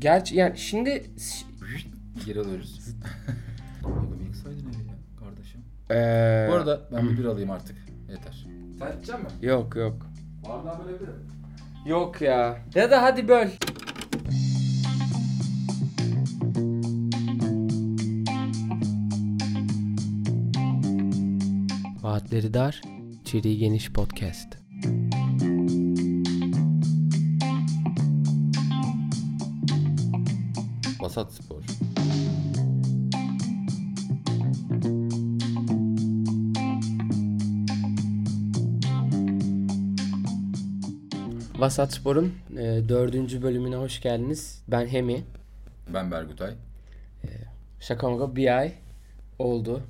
Gerçi yani şimdi geri alıyoruz. İlk saydın evi ya kardeşim. Ee, Bu arada ben bir alayım artık. Yeter. Sen içecek misin? Yok. Bardağı bölebilirim. Yok ya. Ya da hadi böl. Vaatleri dar, içeriği geniş podcast. Vasat Spor. Vasat Spor'un 4. bölümüne hoş geldiniz. Ben Hemi. Ben Bergutay. Şaka maka bir ay oldu.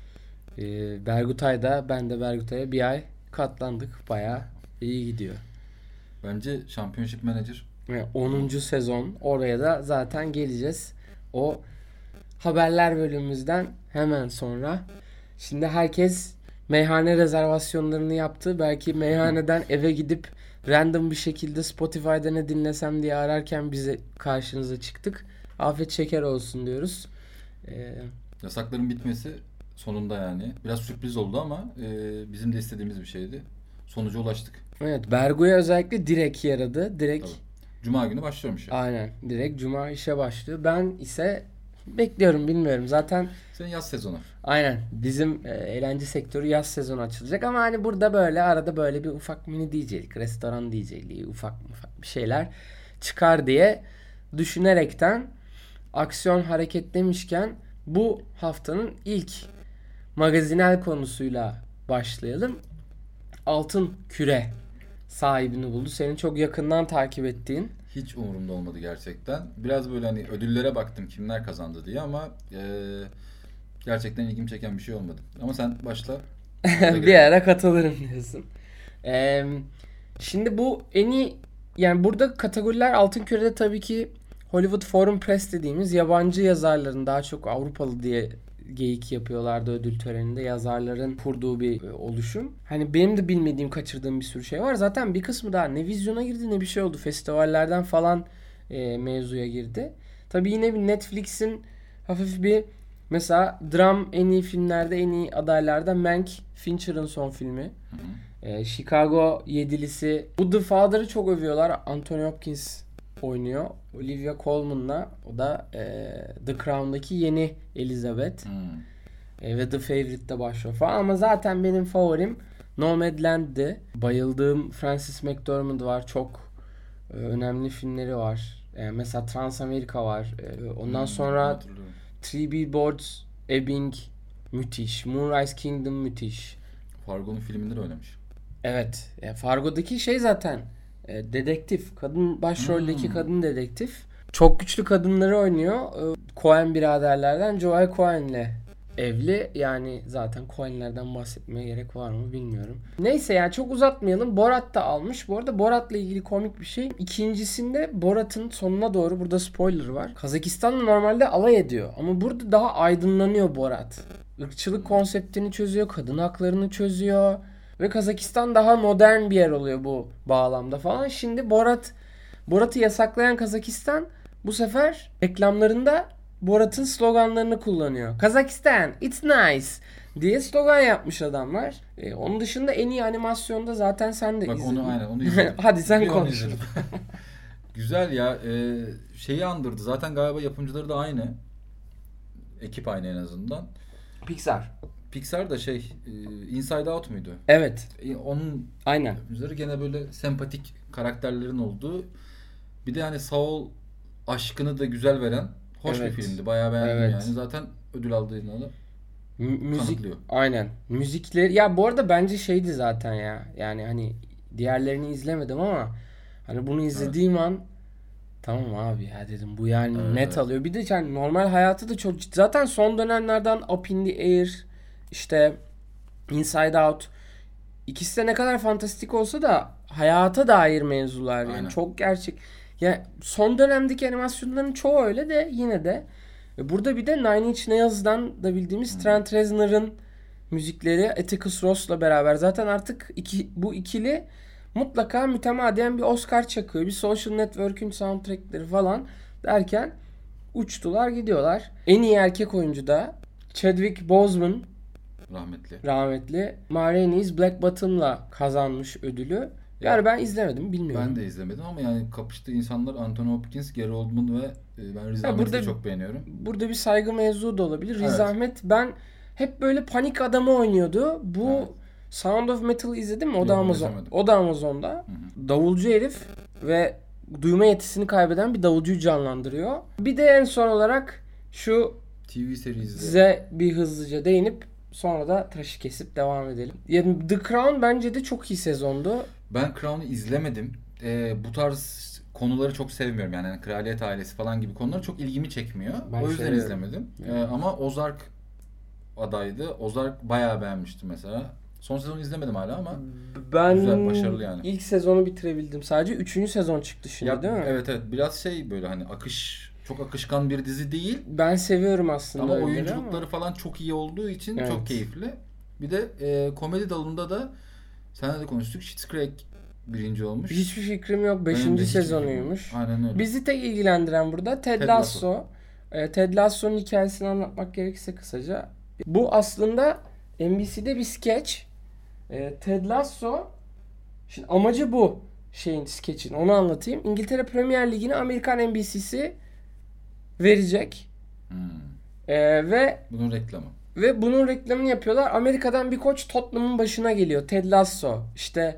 Bergutay'da, ben de Bergutay'a bir ay katlandık. Bayağı iyi gidiyor. Bence Championship Manager. 10. sezon. Oraya da zaten geleceğiz. O haberler bölümümüzden hemen sonra. Şimdi herkes meyhane rezervasyonlarını yaptı. Belki meyhaneden eve gidip random bir şekilde Spotify'da ne dinlesem diye ararken bize karşınıza çıktık. Afiyet şeker olsun diyoruz. Yasakların bitmesi sonunda yani. Biraz sürpriz oldu ama bizim de istediğimiz bir şeydi. Sonuca ulaştık. Evet, Bergo'ya özellikle direkt yaradı. Direkt. Tabii. Cuma günü başlıyormuş ya. Aynen. Direkt Cuma işe başlıyor. Ben ise bekliyorum, bilmiyorum. Zaten senin yaz sezonu. aynen. Bizim eğlence sektörü yaz sezonu açılacak ama hani burada böyle arada böyle bir ufak mini DJ'lik, restoran DJ'liği, ufak bir şeyler çıkar diye düşünerekten aksiyon hareket demişken bu haftanın ilk magazinel konusuyla başlayalım. Altın Küre sahibini buldu. Senin çok yakından takip ettiğin. Hiç umurumda olmadı gerçekten. Biraz böyle hani ödüllere baktım kimler kazandı diye ama gerçekten ilgimi çeken bir şey olmadı. Ama sen başla. Bir ara katılırım diyorsun. Şimdi bu en iyi, yani burada kategoriler Altın Küre'de tabii ki Hollywood Foreign Press dediğimiz yabancı yazarların, daha çok Avrupalı diye geyik yapıyorlardı ödül töreninde, yazarların kurduğu bir oluşum. Hani benim de bilmediğim, kaçırdığım bir sürü şey var. Zaten bir kısmı daha ne vizyona girdi ne bir şey oldu. Festivallerden falan mevzuya girdi. Tabii yine bir Netflix'in hafif bir, mesela dram en iyi filmlerde en iyi adaylarda Mank, Fincher'ın son filmi. Chicago yedilisi. Bu The Father'ı çok övüyorlar. Anthony Hopkins oynuyor. Olivia Colman'la, o da The Crown'daki yeni Elizabeth. Ve The Favourite'de başlıyor falan. Ama zaten benim favorim Nomadland'di. Bayıldığım Frances McDormand var. Çok önemli filmleri var. Mesela Transamerica var. Ondan sonra Three Billboards Ebbing müthiş. Moonrise Kingdom müthiş. Fargo'nun filminde de oynamış. Evet. Fargo'daki şey zaten dedektif. Kadın başroldeki kadın dedektif. Çok güçlü kadınları oynuyor. Coen biraderlerden Joel Coen'le evli. Yani zaten Coen'lerden bahsetmeye gerek var mı bilmiyorum. Neyse yani çok uzatmayalım. Borat da almış. Bu arada Borat'la ilgili komik bir şey. İkincisinde Borat'ın sonuna doğru, burada spoiler var, Kazakistan'la normalde alay ediyor. Ama burada daha aydınlanıyor Borat. Irkçılık konseptini çözüyor. Kadın haklarını çözüyor. Ve Kazakistan daha modern bir yer oluyor bu bağlamda falan. Şimdi Borat'ı yasaklayan Kazakistan bu sefer reklamlarında Borat'ın sloganlarını kullanıyor. Kazakistan, it's nice diye slogan yapmış adamlar. Onun dışında en iyi animasyonda zaten sen de bak, izledin. onu izledim. Hadi sen konuş. Güzel ya. Şeyi andırdı. Zaten galiba yapımcıları da aynı. Ekip aynı en azından. Pixar da Inside Out muydu? Evet. Onun aynen üzeri gene böyle sempatik karakterlerin olduğu. Bir de hani Saul aşkını da güzel veren hoş bir filmdi. Bayağı beğendim yani. Zaten ödül aldığını da kanıtlıyor. Aynen. Müzikleri ya bu arada bence şeydi zaten ya. Yani hani diğerlerini izlemedim ama hani bunu izlediğim an tamam abi ya dedim, bu yani net alıyor. Bir de yani normal hayatı da çok ciddi. Zaten son dönemlerden Up in the Air, işte Inside Out, ikisi de ne kadar fantastik olsa da hayata dair mevzular yani. Çok gerçek. Ya son dönemdeki animasyonların çoğu öyle de yine de burada bir de Nine Inch Nails'dan da bildiğimiz Trent Reznor'ın müzikleri Atticus Ross'la beraber zaten artık bu ikili mutlaka mütemadiyen bir Oscar çakıyor. Bir Social Network'ün soundtrackleri falan. derken uçtular gidiyorlar. En iyi erkek oyuncu da Chadwick Boseman rahmetli Ma Rainey's Black Bottom'la kazanmış ödülü. Yani ben izlemedim, bilmiyorum. Ben de izlemedim ama yani kapıştığı insanlar Anthony Hopkins, Gary Oldman ve ben Riz Ahmet'i de çok beğeniyorum. Burada bir saygı mevzu da olabilir. Riz Ahmet ben hep böyle panik adamı oynuyordu. Bu Sound of Metal'ı izledin mi? O da Amazon'da. Hı-hı. Davulcu herif ve duyma yetisini kaybeden bir davulcuyu canlandırıyor. Bir de en son olarak şu TV serisi size bir hızlıca değinip sonra da tıraşı kesip devam edelim. Yani The Crown bence de çok iyi sezondu. Ben Crown'u izlemedim. Bu tarz konuları çok sevmiyorum. Yani kraliyet ailesi falan gibi konular çok ilgimi çekmiyor. O yüzden izlemedim. Ama Ozark adaydı. Ozark bayağı beğenmiştim mesela. Son sezonu izlemedim hala ama ben güzel, başarılı yani. İlk sezonu bitirebildim. Sadece 3. sezon çıktı şimdi değil mi? Evet. Biraz böyle hani çok akışkan bir dizi değil. Ben seviyorum aslında. Ama oyunculukları falan çok iyi olduğu için çok keyifli. Bir de komedi dalında da seninle de konuştuk. Schitt's Creek birinci olmuş. Hiçbir fikrim yok. 5. sezonuymuş. Aynen öyle. Bizi tek ilgilendiren burada Ted Lasso. Ted Lasso'nun hikayesini anlatmak gerekirse kısaca. Bu aslında NBC'de bir skeç. Ted Lasso, şimdi amacı bu skeçin. Onu anlatayım. İngiltere Premier Ligi'ni Amerikan NBC'si verecek. Ve bunun reklamını yapıyorlar. Amerika'dan bir koç Tottenham'ın başına geliyor. Ted Lasso. İşte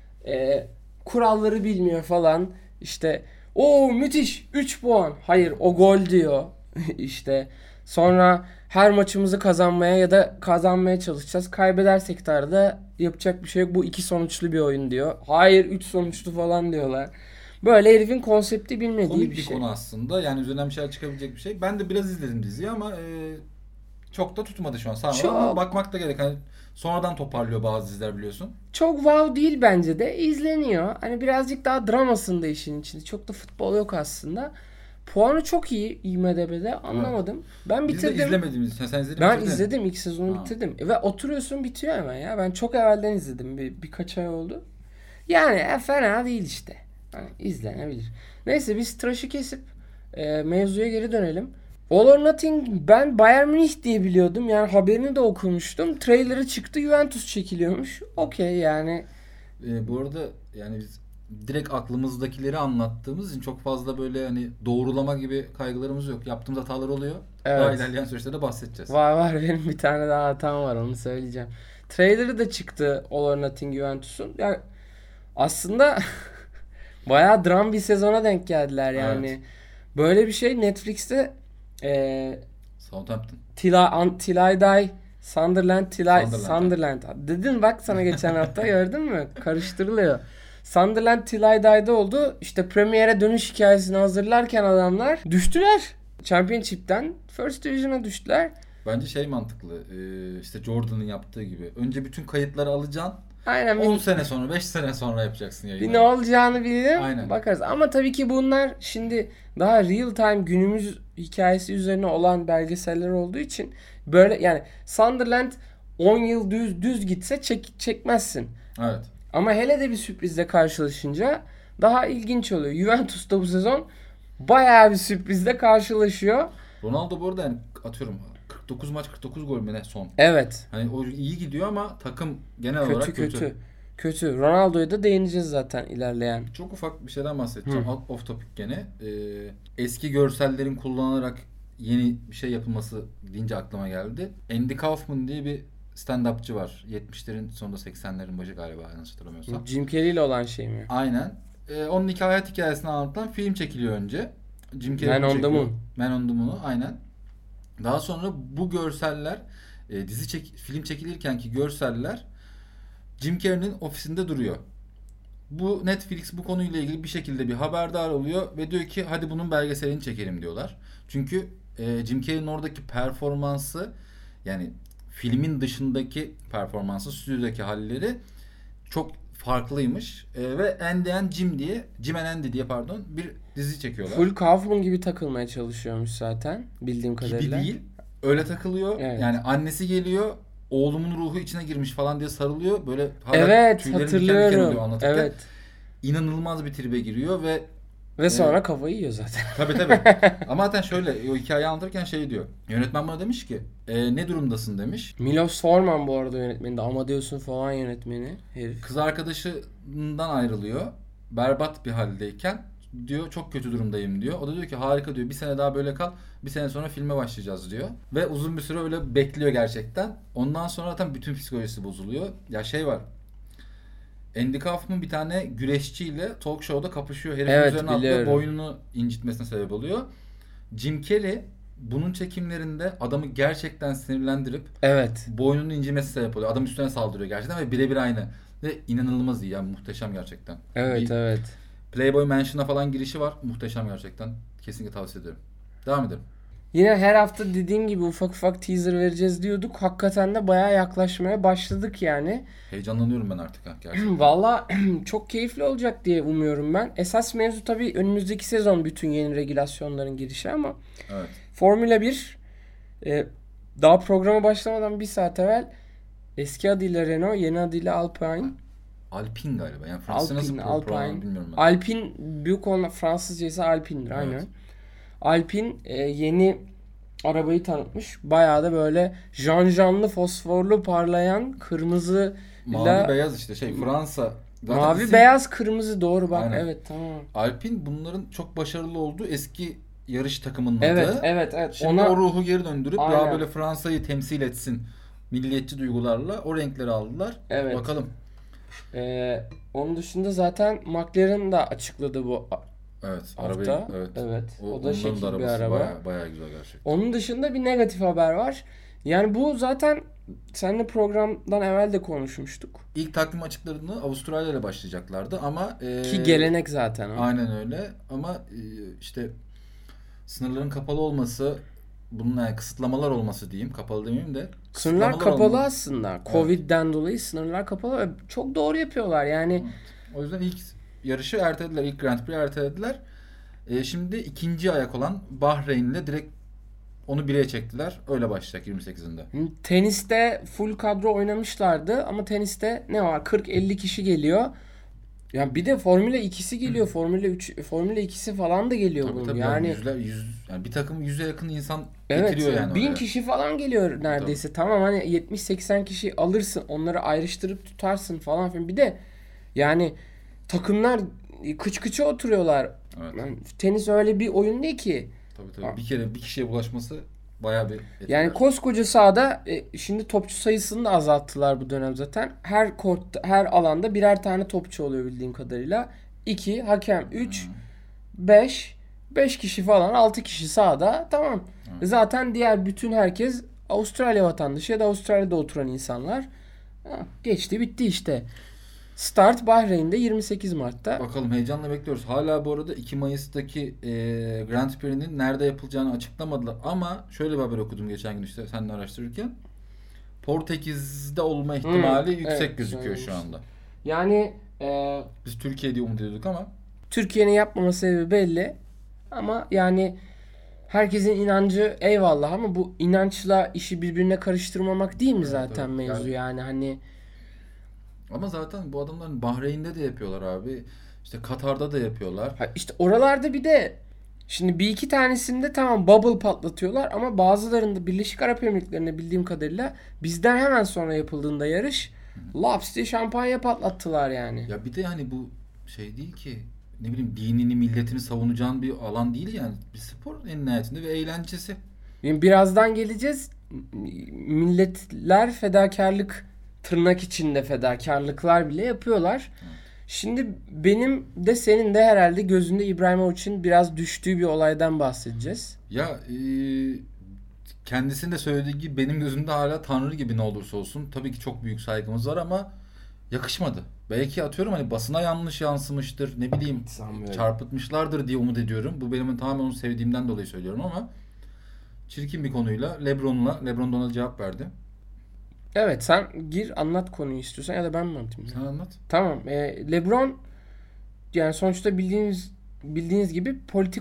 kuralları bilmiyor falan. İşte o müthiş 3 puan. Hayır, o gol diyor. İşte sonra her maçımızı kazanmaya ya da kazanmaya çalışacağız. Kaybedersek de yapacak bir şey yok. Bu 2 sonuçlu bir oyun diyor. Hayır 3 sonuçlu falan diyorlar. Böyle herifin konsepti bilmediği komik bir şey. Komik bir konu aslında. Yani üzerinden bir şeyler çıkabilecek bir şey. Ben de biraz izledim diziyi ama çok da tutmadı şu an. Ama bakmak da gerek. Hani sonradan toparlıyor bazı diziler biliyorsun. Çok wow değil bence de. İzleniyor. Hani birazcık daha dramasında işin içinde. Çok da futbol yok aslında. Puanı çok iyi IMDb'de. Anlamadım. Evet. Ben bitirdim. Biz de izlemediğimiz için. Sen izledin mi? Ben izledim. İlk sezonu bitirdim. Ve oturuyorsun bitiyor hemen ya. Ben çok evvelden izledim. Birkaç ay oldu. Yani fena değil işte. Yani izlenebilir. Neyse biz tıraşı kesip mevzuya geri dönelim. All or Nothing ben Bayern Münih diye biliyordum. Yani haberini de okumuştum. Trailer'ı çıktı, Juventus çekiliyormuş. Okey yani. Bu arada yani biz direkt aklımızdakileri anlattığımız için çok fazla böyle hani doğrulama gibi kaygılarımız yok. Yaptığımız hatalar oluyor. Evet. Daha ilerleyen süreçte de bahsedeceğiz. Var benim bir tane daha hatam var, onu söyleyeceğim. Trailer'ı da çıktı All or Nothing Juventus'un. Ya aslında bayağı dram bir sezona denk geldiler yani. Evet. Böyle bir şey Netflix'te Southampton. Till I Die Sunderland. Dedin bak sana geçen hafta gördün mü? Karıştırılıyor. Sunderland Till I Die'de oldu. İşte Premier'e dönüş hikayesini hazırlarken adamlar düştüler. Championship'ten First Division'a düştüler. Bence mantıklı. İşte Jordan'ın yaptığı gibi. Önce bütün kayıtları alacaksın. Aynen. 10 sene sonra, 5 sene sonra yapacaksın yayını. Bir ne olacağını bilelim. Bakarız. Ama tabii ki bunlar şimdi daha real time günümüz hikayesi üzerine olan belgeseller olduğu için böyle yani Sunderland 10 yıl düz gitse çekmezsin. Evet. Ama hele de bir sürprizle karşılaşınca daha ilginç oluyor. Juventus da bu sezon bayağı bir sürprizle karşılaşıyor. Ronaldo bu arada yani atıyorum 49 maç 49 gol mü ne son? Evet. Hani o iyi gidiyor ama takım genel olarak kötü. Ronaldo'ya da değineceğiz zaten ilerleyen. Çok ufak bir şeyden bahsedeceğim. Off topic gene. Eski görsellerin kullanılarak yeni bir şey yapılması deyince aklıma geldi. Andy Kaufman diye bir stand-upçı var. 70'lerin sonunda 80'lerin başı galiba yanlış hatırlamıyorsam. Jim Carrey ile olan şey mi? Aynen. Onun hayat hikayesini anlatan film çekiliyor önce. Jim Carrey Man on the Moon. Man on the Moon'u aynen. Daha sonra bu görseller film çekilirkenki görseller Jim Carrey'nin ofisinde duruyor. Bu Netflix bu konuyla ilgili bir şekilde bir haberdar oluyor ve diyor ki hadi bunun belgeselini çekelim diyorlar. Çünkü Jim Carrey'nin oradaki performansı yani filmin dışındaki performansı, stüdyodaki halleri çok farklıymış. Ve Andy and Jim and Andy diye bir dizi çekiyorlar. Full Kaufman gibi takılmaya çalışıyormuş zaten bildiğim kadarıyla. Gibi değil. Öyle takılıyor. Evet. Yani annesi geliyor. Oğlumun ruhu içine girmiş falan diye sarılıyor. Böyle evet hatırlıyorum. anlatırken. Evet. İnanılmaz bir tribe giriyor ve Ve sonra kafayı yiyor zaten. Tabii. Ama zaten şöyle o hikayeyi anlatırken şey diyor. Yönetmen bana demiş ki ne durumdasın demiş. Milos Forman bu arada yönetmeni de. Amadeus'un falan yönetmeni herif. Kız arkadaşından ayrılıyor. Berbat bir haldeyken diyor çok kötü durumdayım diyor. O da diyor ki harika diyor. Bir sene daha böyle kal. Bir sene sonra filme başlayacağız diyor. Ve uzun bir süre öyle bekliyor gerçekten. Ondan sonra zaten bütün psikolojisi bozuluyor. Ya şey var. Andy Kaufman bir tane güreşçiyle talk show'da kapışıyor. Herifin üzerine atlıyor, boynunu incitmesine sebep oluyor. Jim Carrey bunun çekimlerinde adamı gerçekten sinirlendirip boynunun incinmesi sebep oluyor. Adam üstüne saldırıyor gerçekten ve birebir aynı. Ve inanılmaz iyi yani muhteşem gerçekten. Evet. Playboy Mansion'a falan girişi var. Muhteşem gerçekten. Kesinlikle tavsiye ederim. Devam edelim. Yine her hafta dediğim gibi ufak ufak teaser vereceğiz diyorduk. Hakikaten de bayağı yaklaşmaya başladık yani. Heyecanlanıyorum ben artık gerçekten. Valla çok keyifli olacak diye umuyorum ben. Esas mevzu tabii önümüzdeki sezon bütün yeni regülasyonların girişi ama evet. Formula 1 daha programa başlamadan bir saat evvel eski adıyla Renault, yeni adıyla Alpine. Alpine galiba. Yani Fransızca nasıl program bilmiyorum ben. Alpine büyük olan Fransızca ise Alpine'dir aynen. Alpine yeni arabayı tanıtmış. Bayağı da böyle janjanlı, fosforlu, parlayan kırmızı mavi beyaz işte Fransa. Zaten mavi beyaz kırmızı doğru bak. Aynen. Evet tamam. Alpine bunların çok başarılı olduğu eski yarış takımının adı. Evet. Şimdi o ruhu geri döndürüp daha böyle Fransa'yı temsil etsin milliyetçi duygularla o renkleri aldılar. Evet. Bakalım. Onun dışında zaten McLaren da açıkladı bu arabayı. Evet. O da şekil bir araba. Bayağı güzel gerçekten. Onun dışında bir negatif haber var. Yani bu zaten seninle programdan evvel de konuşmuştuk. İlk takvim açıklarını Avustralya ile başlayacaklardı ama ki gelenek zaten. Aynen öyle ama işte sınırların kapalı olması, bunun yani kısıtlamalar olması diyeyim, kapalı demeyeyim de. Sınırlar kapalı aslında. Covid'den dolayı sınırlar kapalı. Çok doğru yapıyorlar yani. Evet. O yüzden ilk yarışı ertelediler, ilk Grand Prix ertelediler. Şimdi ikinci ayak olan Bahreyn'le direkt onu 1'e çektiler. Öyle başlayacak 28'inde. Teniste full kadro oynamışlardı ama teniste ne var? 40-50 kişi geliyor. Yani bir de Formula 2'si geliyor. Formula 3, Formula 2'si falan da geliyor bunun. Yani yani bir takım 100'e yakın insan getiriyor yani. 1000 kişi falan geliyor neredeyse. Tamam hani 70-80 kişi alırsın. Onları ayrıştırıp tutarsın falan filan. Bir de yani takımlar kıç kıça oturuyorlar. Evet. Yani tenis öyle bir oyun değil ki. Tabii. Bir kere bir kişiye bulaşması bayağı bir etkiler. Yani koskoca sahada şimdi topçu sayısını da azalttılar bu dönem zaten. Her kortta, her alanda birer tane topçu oluyor bildiğim kadarıyla. 2, hakem 3, 5 kişi falan 6 kişi sahada tamam. Zaten diğer bütün herkes Avustralya vatandaşı ya da Avustralya'da oturan insanlar. Geçti bitti işte. Start Bahreyn'de 28 Mart'ta. Bakalım heyecanla bekliyoruz. Hala bu arada 2 Mayıs'taki Grand Prix'nin nerede yapılacağını açıklamadılar. Ama şöyle bir haber okudum geçen gün işte seninle araştırırken. Portekiz'de olma ihtimali yüksek gözüküyor şu anda. Yani biz Türkiye diye umut ediyorduk ama. Türkiye'nin yapmama sebebi belli. Ama yani herkesin inancı eyvallah ama bu inançla işi birbirine karıştırmamak değil mi zaten mevzu yani hani. Ama zaten bu adamların Bahreyn'de de yapıyorlar abi. İşte Katar'da da yapıyorlar. İşte oralarda bir de şimdi bir iki tanesinde tamam bubble patlatıyorlar ama bazılarında Birleşik Arap Emirlikleri'nde bildiğim kadarıyla bizden hemen sonra yapıldığında yarış laps diye şampanya patlattılar yani. Ya bir de hani bu şey değil ki ne bileyim dinini milletini savunacağın bir alan değil yani. Bir spor en nihayetinde ve eğlencesi. Yani birazdan geleceğiz. Milletler fedakarlık tırnak içinde fedakarlıklar bile yapıyorlar. Şimdi benim de senin de herhalde gözünde İbrahimovic'in biraz düştüğü bir olaydan bahsedeceğiz. Ya kendisinin de söylediği gibi benim gözümde hala tanrı gibi ne olursa olsun. Tabii ki çok büyük saygımız var ama yakışmadı. Belki atıyorum hani basına yanlış yansımıştır. Ne bileyim çarpıtmışlardır diye umut ediyorum. Bu benim tamamen onu sevdiğimden dolayı söylüyorum ama çirkin bir konuyla LeBron da ona cevap verdi. Evet sen gir anlat konuyu istiyorsan ya da ben mi anlatayım? Sen anlat. Tamam. LeBron yani sonuçta bildiğiniz gibi politik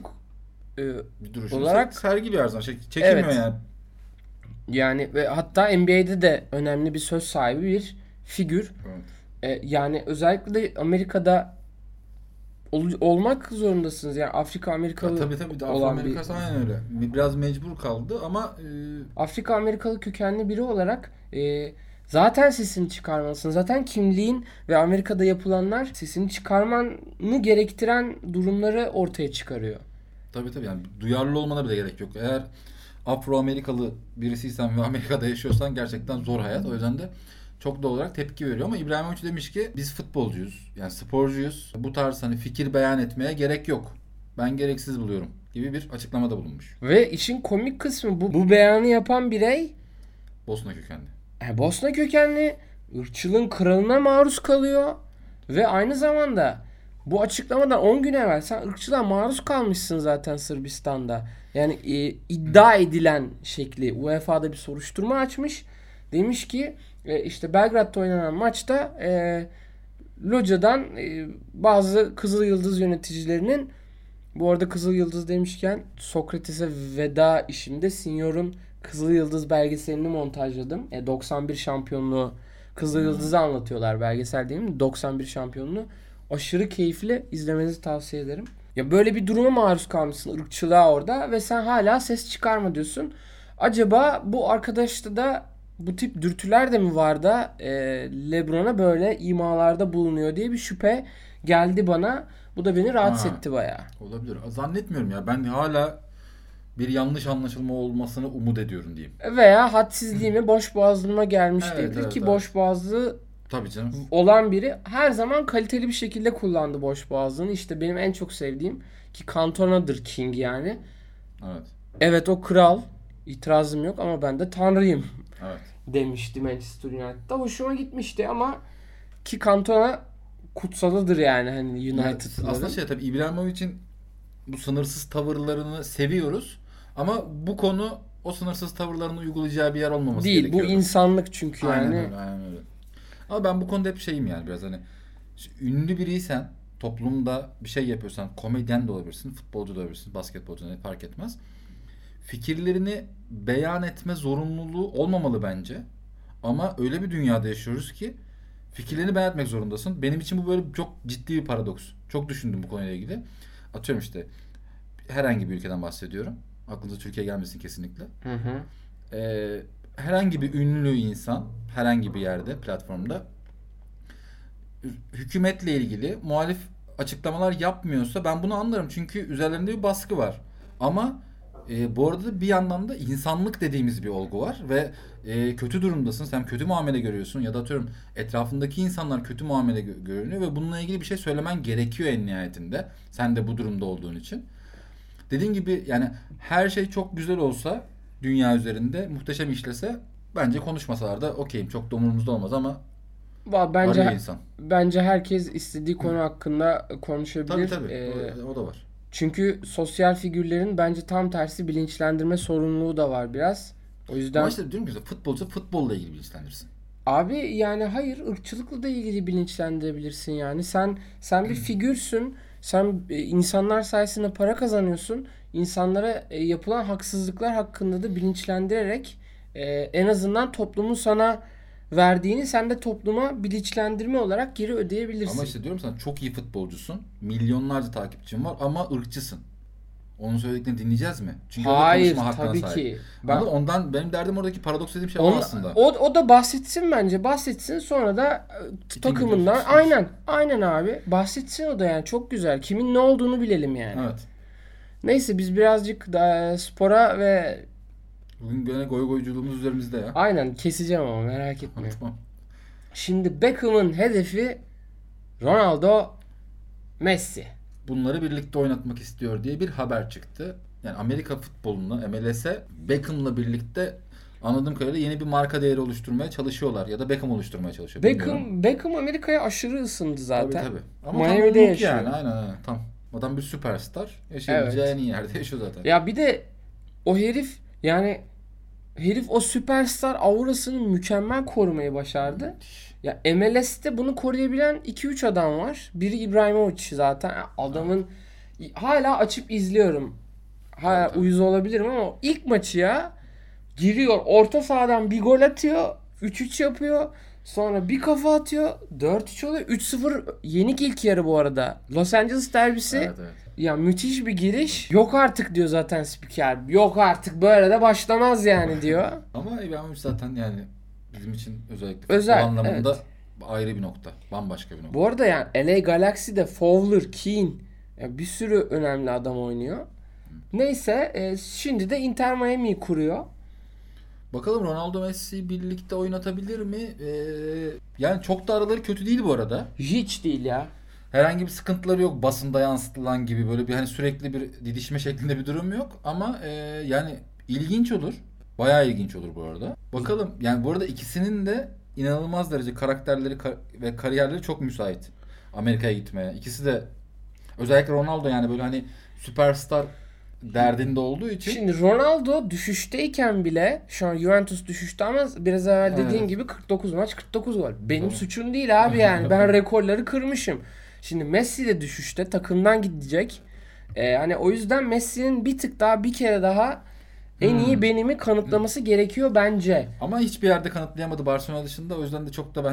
olarak sergi bir her zaman çekinmiyor yani. Yani ve hatta NBA'de de önemli bir söz sahibi bir figür. Evet. Yani özellikle de Amerika'da olmak zorundasınız. Yani Afrika Amerikalı tabii Afrika Amerikası aynen öyle. Biraz mecbur kaldı ama Afrika Amerikalı kökenli biri olarak zaten sesini çıkarmalısın. Zaten kimliğin ve Amerika'da yapılanlar sesini çıkarmanı gerektiren durumları ortaya çıkarıyor. Tabii yani duyarlı olmana bile gerek yok. Eğer Afro-Amerikalı birisiysen ve Amerika'da yaşıyorsan gerçekten zor hayat. O yüzden de çok doğal olarak tepki veriyor ama İbrahimovic demiş ki biz futbolcuyuz. Yani sporcuyuz. Bu tarz hani fikir beyan etmeye gerek yok. Ben gereksiz buluyorum gibi bir açıklamada bulunmuş. Ve işin komik kısmı bu beyanı yapan birey Bosna kökenli. Bosna kökenli, ırkçılığın kralına maruz kalıyor ve aynı zamanda bu açıklamadan 10 gün evvel sen ırkçılığa maruz kalmışsın zaten Sırbistan'da. Yani iddia edilen şekli UEFA'da bir soruşturma açmış. Demiş ki işte Belgrad'da oynanan maçta locadan bazı Kızıl Yıldız yöneticilerinin, bu arada Kızıl Yıldız demişken Sokrates'e veda işimde Signor'un Kızıl Yıldız belgeselini montajladım. 91 şampiyonluğu Kızıl Yıldız'ı anlatıyorlar, belgesel değil mi? 91 şampiyonluğu. Aşırı keyifli, izlemenizi tavsiye ederim. Ya böyle bir duruma maruz kalmışsın, ırkçılığa orada ve sen hala ses çıkarma diyorsun. Acaba bu arkadaşta da bu tip dürtüler de mi var da LeBron'a böyle imalarda bulunuyor diye bir şüphe geldi bana. Bu da beni rahatsız etti bayağı. Olabilir. Zannetmiyorum ya. Ben hala bir yanlış anlaşılma olmasını umut ediyorum diyeyim. Veya hadsizliğime, boş boğazlığıma gelmiş diyebilir ki boş boğazlığı tabii canım olan biri her zaman kaliteli bir şekilde kullandı boş boğazlığını. İşte benim en çok sevdiğim ki Cantona'dır King yani. Evet. Evet o kral. İtirazım yok ama ben de tanrıyım. Evet. Demişti Manchester United'da. Hoşuma gitmişti ama ki Cantona kutsalıdır yani hani United'ların. Aslında tabii İbrahimovic'in bu sınırsız tavırlarını seviyoruz ama bu konu o sınırsız tavırlarını uygulayacağı bir yer olmaması gerekiyor. Değil, bu insanlık çünkü aynen yani. Aynen öyle. Ama ben bu konuda hep şeyim yani biraz hani ünlü biriysen, toplumda bir şey yapıyorsan, komedyen de olabilirsin, futbolcu da olabilirsin, basketbolcu da fark etmez. Fikirlerini beyan etme zorunluluğu olmamalı bence. Ama öyle bir dünyada yaşıyoruz ki fikirlerini beyan etmek zorundasın. Benim için bu böyle çok ciddi bir paradoks. Çok düşündüm bu konuyla ilgili. Atıyorum işte herhangi bir ülkeden bahsediyorum. Aklınıza Türkiye gelmesin kesinlikle. Hı hı. Herhangi bir ünlü insan herhangi bir yerde, platformda hükümetle ilgili muhalif açıklamalar yapmıyorsa ben bunu anlarım. Çünkü üzerlerinde bir baskı var. Ama bu arada bir yandan da insanlık dediğimiz bir olgu var ve kötü durumdasın. Sen kötü muamele görüyorsun ya da atıyorum etrafındaki insanlar kötü muamele görünüyor ve bununla ilgili bir şey söylemen gerekiyor en nihayetinde. Sen de bu durumda olduğun için. Dediğim gibi yani her şey çok güzel olsa dünya üzerinde muhteşem işlese bence konuşmasalar da okeyim. Çok da umurumuzda olmaz ama bence herkes istediği konu hakkında konuşabilir. Tabii. O da var. Çünkü sosyal figürlerin bence tam tersi bilinçlendirme sorumluluğu da var biraz. O yüzden... Ama işte diyorum ki futbolcu futbolla ilgili bilinçlendirsin. Abi yani hayır, ırkçılıkla da ilgili bilinçlendirebilirsin yani. Sen bir figürsün. Sen insanlar sayesinde para kazanıyorsun. İnsanlara yapılan haksızlıklar hakkında da bilinçlendirerek en azından toplumun sana verdiğini sen de topluma bilinçlendirme olarak geri ödeyebilirsin. Ama işte diyorum sana çok iyi futbolcusun. Milyonlarca takipçin var ama ırkçısın. Onun söylediklerini dinleyeceğiz mi? Çünkü hayır tabii ki. Ondan benim derdim oradaki paradoks dediğim şey o aslında. O da bahsetsin bence. Bahsetsin sonra da takımından aynen abi. Bahsetsin o da yani çok güzel. Kimin ne olduğunu bilelim yani. Evet. Neyse biz birazcık da spora ve bugün gene goyculuğumuz üzerimizde ya. Aynen keseceğim ama merak etme. Tamam. Şimdi Beckham'ın hedefi Ronaldo, Messi. Bunları birlikte oynatmak istiyor diye bir haber çıktı. Yani Amerika futbolunu MLS'e Beckham'la birlikte anladığım kadarıyla yeni bir marka değeri oluşturmaya çalışıyorlar ya da Beckham oluşturmaya çalışıyor. Beckham Amerika'ya aşırı ısındı zaten. Tabii. Ama Miami'de yaşıyor. Yani aynen. Tam. Adam bir süperstar. Yaşayabileceği en iyi yerde yaşıyor zaten. Ya bir de o herif o süperstar aurasını mükemmel korumayı başardı. Ya MLS'te bunu koruyabilen 2-3 adam var. Biri İbrahimovic zaten. Adamın hala açıp izliyorum. Hala uyuz olabilirim ama ilk maçı ya giriyor orta sahadan bir gol atıyor. 3-3 yapıyor. Sonra bir kafa atıyor. 4-3 oluyor. 3-0 yenik ilk yarı bu arada. Los Angeles derbisi. Evet, evet. Ya müthiş bir giriş. Yok artık diyor zaten spiker. Yok artık böyle de başlamaz yani diyor. Ama İbrahimovic zaten yani bizim için özellikle Özel, futbol anlamında evet. ayrı bir nokta. Bambaşka bir nokta. Bu arada yani LA Galaxy'de Fowler, Keane bir sürü önemli adam oynuyor. Neyse şimdi de Inter Miami'yi kuruyor. Bakalım Ronaldo Messi birlikte oynatabilir mi? Yani çok da araları kötü değil bu arada. Hiç değil ya. Herhangi bir sıkıntıları yok. Basında yansıtılan gibi böyle bir hani sürekli bir didişme şeklinde bir durum yok. Ama yani ilginç olur. Bayağı ilginç olur bu arada. Bakalım yani bu arada ikisinin de inanılmaz derece karakterleri ve kariyerleri çok müsait. Amerika'ya gitmeye. İkisi de özellikle Ronaldo yani böyle hani süperstar derdinde olduğu için. Şimdi Ronaldo düşüşteyken bile şu an Juventus düşüşte ama biraz evvel dediğin gibi 49 maç 49 gol. Benim suçum değil abi yani. Ben rekorları kırmışım. Şimdi Messi de düşüşte, takımdan gidecek. Hani o yüzden Messi'nin bir tık daha, bir kere daha en iyi benimi kanıtlaması gerekiyor bence. Ama hiçbir yerde kanıtlayamadı Barcelona dışında. O yüzden de çok da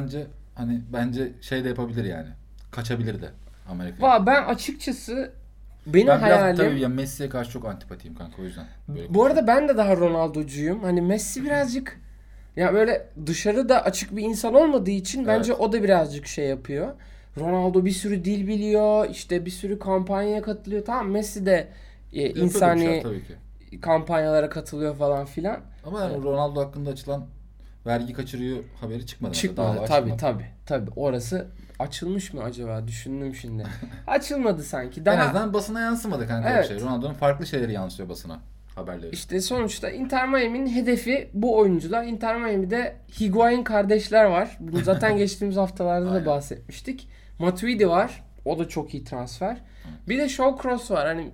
bence şey de yapabilir yani. Kaçabilir de Amerika'ya. Ben açıkçası benim Ben hayalim... biraz tabii ya Messi'ye karşı çok antipatiyim kanka, o yüzden. Bu arada ben de daha Ronaldo'cuyum. Hani Messi birazcık ya böyle dışarıda açık bir insan olmadığı için bence o da birazcık şey yapıyor. Ronaldo bir sürü dil biliyor. İşte bir sürü kampanyaya katılıyor. Tamam, Messi de insani tabii ki. kampanyalara katılıyor falan filan. Ama yani Ronaldo hakkında açılan vergi kaçırıyor haberi çıkmadı. Çıkmadı tabii. Orası açılmış mı acaba? Düşündüm şimdi. Açılmadı sanki. En azından basına yansımadı kanka bir şey. Ronaldo'nun farklı şeyleri yansıyor basına, haberleri. İşte sonuçta Inter Miami'nin hedefi bu oyuncular. Inter Miami'de Higuain kardeşler var. Bunu zaten geçtiğimiz haftalarda da bahsetmiştik. Matuidi var. O da çok iyi transfer. Bir de Shawcross var. Hani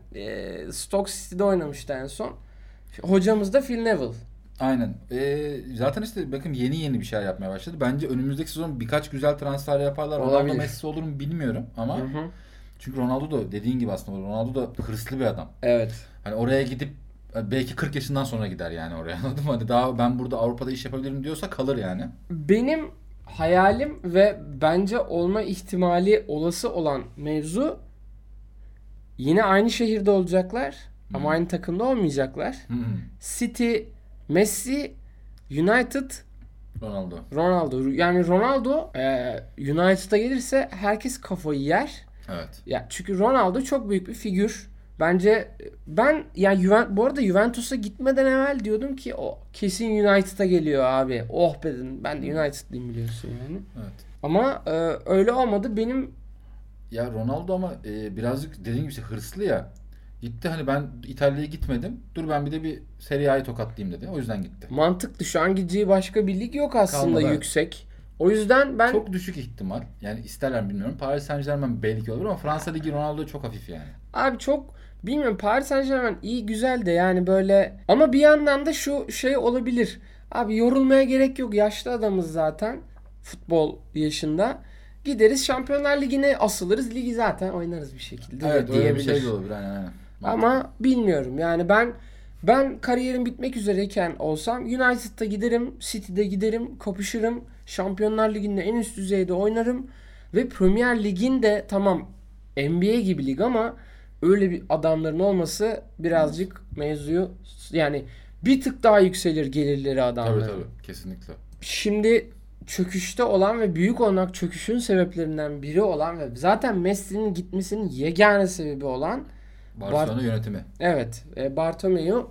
Stoke City'de oynamıştı en son. Hocamız da Phil Neville. Aynen. Zaten işte bakın yeni bir şeyler yapmaya başladı. Bence önümüzdeki sezon birkaç güzel transfer yaparlar. Olabilir. Ronaldo Messi olur mu bilmiyorum ama çünkü Ronaldo da dediğin gibi aslında Ronaldo da hırslı bir adam. Evet. Hani oraya gidip belki 40 yaşından sonra gider yani oraya, anladın mı? Hani daha ben burada Avrupa'da iş yapabilirim diyorsa kalır yani. Benim hayalim ve bence olma ihtimali olası olan mevzu, yine aynı şehirde olacaklar ama aynı takımda olmayacaklar. City, Messi, United, Ronaldo. Yani Ronaldo United'a gelirse herkes kafayı yer. Evet. Ya çünkü Ronaldo çok büyük bir figür. Bence ben bu arada Juventus'a gitmeden evvel diyordum ki o kesin United'a geliyor abi. Oh be dedim. Ben de United'lıyım biliyorsun yani. Evet. Ama öyle olmadı. Benim ya Ronaldo ama birazcık dediğim gibi hırslı ya. Gitti hani ben İtalya'ya gitmedim. Dur ben bir de bir Serie A'yı tokatlayayım dedi. O yüzden gitti. Mantıklı. Şu an gideceği başka bir lig yok aslında, kalmadı, yüksek. O yüzden ben... Çok düşük ihtimal. Yani isterler bilmiyorum. Paris Saint-Germain belki olur ama Fransa Ligi Ronaldo çok hafif yani. Abi çok bilmiyorum, Paris Saint-Germain iyi güzel de yani böyle, ama bir yandan da şu şey olabilir. Abi yorulmaya gerek yok. Yaşlı adamız zaten. Futbol yaşında. Gideriz Şampiyonlar Ligi'ne asılırız. Ligi zaten oynarız bir şekilde. Evet, öyle bir şey de olabilir. Aynen. Ama bilmiyorum. Yani ben kariyerim bitmek üzereyken olsam United'da giderim, City'de giderim, kapışırım. Şampiyonlar Ligi'nde en üst düzeyde oynarım ve Premier Lig'in de tamam NBA gibi lig ama öyle bir adamların olması birazcık mevzuyu, yani bir tık daha yükselir gelirleri adamların. Tabii kesinlikle. Şimdi çöküşte olan ve büyük olarak çöküşün sebeplerinden biri olan ve zaten Messi'nin gitmesinin yegane sebebi olan Barcelona yönetimi. Evet. Bartomeu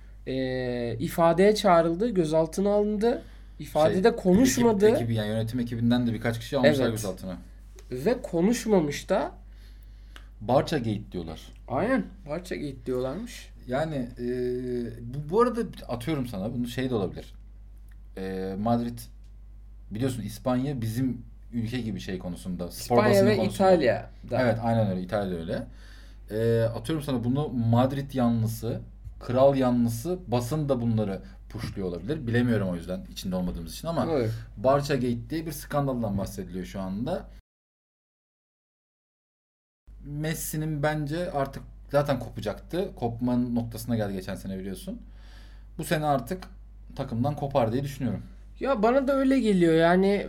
ifadeye çağrıldı. Gözaltına alındı. İfadede konuşmadı. Ekibi yani yönetim ekibinden de birkaç kişi almışlar gözaltına. Ve konuşmamış da. Barçagate diyorlar. Aynen. Barçagate diyorlarmış. Yani bu arada atıyorum sana, bunu şey de olabilir. Madrid biliyorsun, İspanya bizim ülke gibi şey konusunda. Spor İspanya ve konusunda. İtalya. Evet aynen öyle. İtalya öyle. Atıyorum sana, bunu Madrid yanlısı, kral yanlısı basın da bunları pushluyor olabilir. Bilemiyorum o yüzden, içinde olmadığımız için ama evet. Barçagate diye bir skandaldan bahsediliyor şu anda. Messi'nin bence artık zaten kopacaktı. Kopmanın noktasına geldi geçen sene biliyorsun. Bu sene artık takımdan kopar diye düşünüyorum. Ya bana da öyle geliyor yani.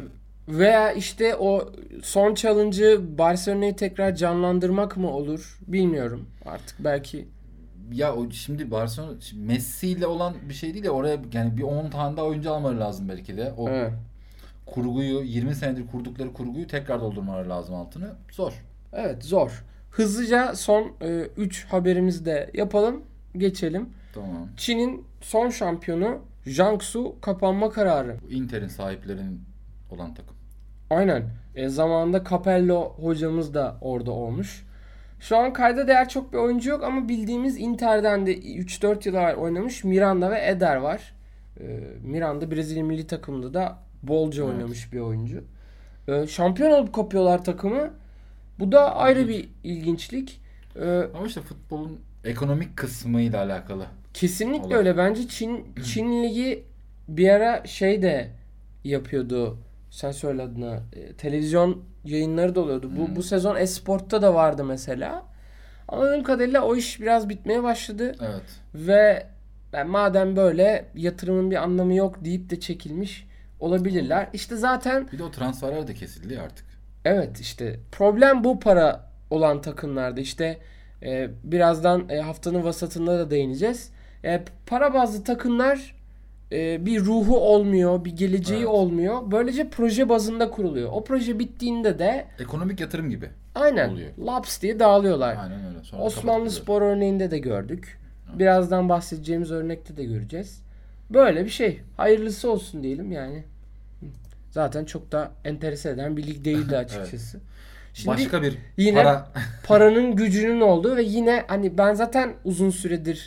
Veya işte o son challenge'ı Barcelona'yı tekrar canlandırmak mı olur bilmiyorum artık belki. Ya o şimdi Barcelona Messi ile olan bir şey değil ya, oraya yani bir 10 tane daha oyuncu almaları lazım belki de. O Evet. kurguyu 20 senedir kurdukları kurguyu tekrar doldurmaları lazım altını. Zor. Evet, zor. Hızlıca son 3 haberimizi de yapalım. Geçelim. Tamam. Çin'in son şampiyonu Jiangsu kapanma kararı. Inter'in sahiplerinin olan takım. Aynen. Zamanında Capello hocamız da orada olmuş. Şu an kayda değer çok bir oyuncu yok ama bildiğimiz Inter'den de 3-4 yıl evvel oynamış Miranda ve Eder var. Miranda Brezilya milli takımında da bolca oynamış bir oyuncu. Şampiyon olup kapıyorlar takımı. Bu da ayrı bir ilginçlik. Ama işte futbolun ekonomik kısmıyla alakalı. Kesinlikle olay. öyle. Bence Çin Ligi bir ara şey de yapıyordu. Sen söyle adına. Televizyon yayınları da oluyordu. Bu sezon Esport'ta da vardı mesela. Anladığım kadarıyla o iş biraz bitmeye başladı. Evet. Ve ben madem böyle yatırımın bir anlamı yok deyip de çekilmiş olabilirler. İşte zaten bir de o transferler de kesildi artık. evet, işte problem bu para olan takımlarda. İşte birazdan haftanın vasatında da değineceğiz. Para bazlı takımlar bir ruhu olmuyor, bir geleceği olmuyor. Böylece proje bazında kuruluyor. O proje bittiğinde de ekonomik yatırım gibi. aynen oluyor. Laps diye dağılıyorlar. Aynen öyle. Sonra Osmanlıspor örneğinde de gördük. Birazdan bahsedeceğimiz örnekte de göreceğiz. Böyle bir şey. Hayırlısı olsun diyelim yani. Zaten çok da enterese eden bir lig değildi açıkçası. Evet. Şimdi başka bir yine para paranın gücünün olduğu ve yine hani ben zaten uzun süredir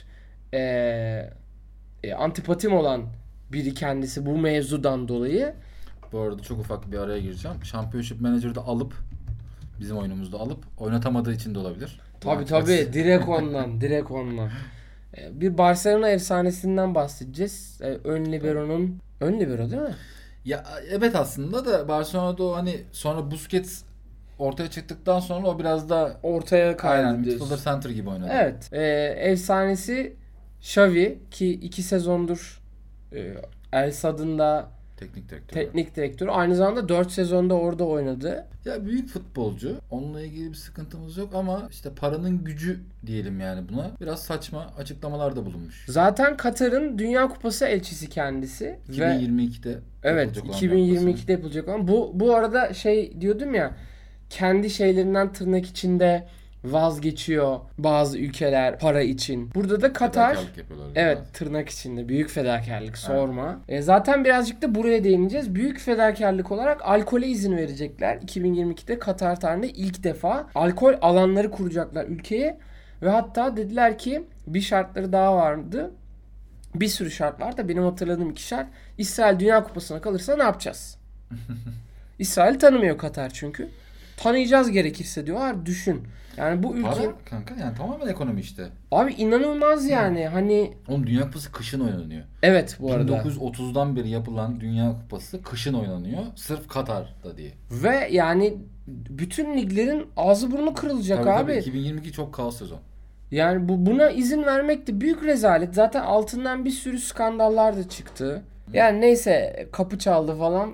antipatim olan biri kendisi bu mevzudan dolayı. Bu arada çok ufak bir araya gireceğim. Championship Manager'ı da alıp bizim oyunumuzda alıp oynatamadığı için de olabilir. Tabii direkt ondan direkt ondan. Bir Barcelona efsanesinden bahsedeceğiz. Ön libero değil mi? Ya evet, aslında da Barcelona'da o hani sonra Busquets ortaya çıktıktan sonra o biraz da ortaya kaydı. aynen midfielder center gibi oynadı. Evet. Efsanesi Xavi ki 2 sezondur El Sad'ında teknik direktör. Aynı zamanda 4 sezonda orada oynadı. Ya büyük futbolcu. Onunla ilgili bir sıkıntımız yok ama işte paranın gücü diyelim yani buna. Biraz saçma açıklamalarda bulunmuş. Zaten Katar'ın Dünya Kupası elçisi kendisi. 2022'de evet, 2022'de yapılacak olan. Bu arada şey diyordum ya, kendi şeylerinden tırnak içinde vazgeçiyor bazı ülkeler para için. Burada da Katar evet biraz. Tırnak içinde büyük fedakarlık sorma. Zaten birazcık da buraya değineceğiz. Büyük fedakarlık olarak alkole izin verecekler. 2022'de Katar tarihinde ilk defa alkol alanları kuracaklar ülkeye ve hatta dediler ki bir şartları daha vardı. Bir sürü şart var da benim hatırladığım 2 şart. İsrail Dünya Kupası'na kalırsa ne yapacağız? İsrail tanımıyor Katar çünkü. Tanıyacağız gerekirse diyorlar. Düşün. Yani bu ülke... Para kanka yani tamamen ekonomi işte. Abi inanılmaz yani. Hani... Oğlum Dünya Kupası kışın oynanıyor. Evet bu arada. 1930'dan beri yapılan Dünya Kupası kışın oynanıyor. Sırf Katar'da diye. Ve yani bütün liglerin ağzı burnu kırılacak tabii, abi. Tabii 2022 çok kaos sezon. Yani buna izin vermek de büyük rezalet. Zaten altından bir sürü skandallar da çıktı. Yani neyse kapı çaldı falan.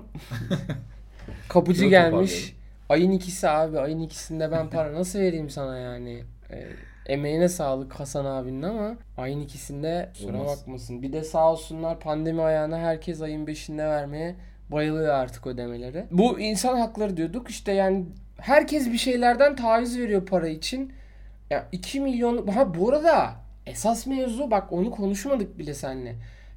Kapıcı gelmiş. Ayın 2'si abi. Ayın 2'sinde ben para nasıl vereyim sana yani? Emeğine sağlık Hasan abinin ama ayın 2'sinde kusura bakmasın. Bir de sağ olsunlar pandemi ayağına herkes ayın 5'inde vermeye bayılıyor artık ödemeleri. Bu insan hakları diyorduk. İşte yani herkes bir şeylerden taviz veriyor para için. Ya 2 milyon... Ha bu arada esas mevzu bak onu konuşmadık bile seninle.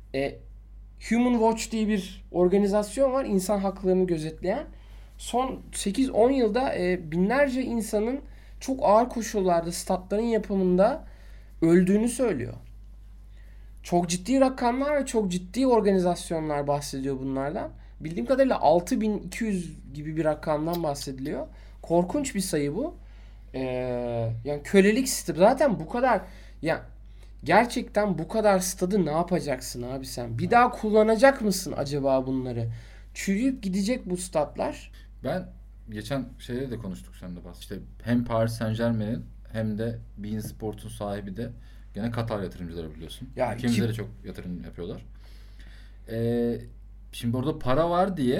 Human Watch diye bir organizasyon var. İnsan haklarını gözetleyen. Son 8-10 yılda binlerce insanın çok ağır koşullarda statların yapımında öldüğünü söylüyor. Çok ciddi rakamlar ve çok ciddi organizasyonlar bahsediyor bunlardan. Bildiğim kadarıyla 6200 gibi bir rakamdan bahsediliyor. Korkunç bir sayı bu. Yani kölelik sistemi zaten bu kadar ya gerçekten bu kadar stadı ne yapacaksın abi sen? Bir daha kullanacak mısın acaba bunları? Çürüyüp gidecek bu statlar. Ben geçen şeyde de konuştuk seninle bas. İşte hem Paris Saint-Germain'in hem de beIN Sports'un sahibi de gene Katar yatırımcıları biliyorsun. Ülkemizde de çok yatırım yapıyorlar. Şimdi orada para var diye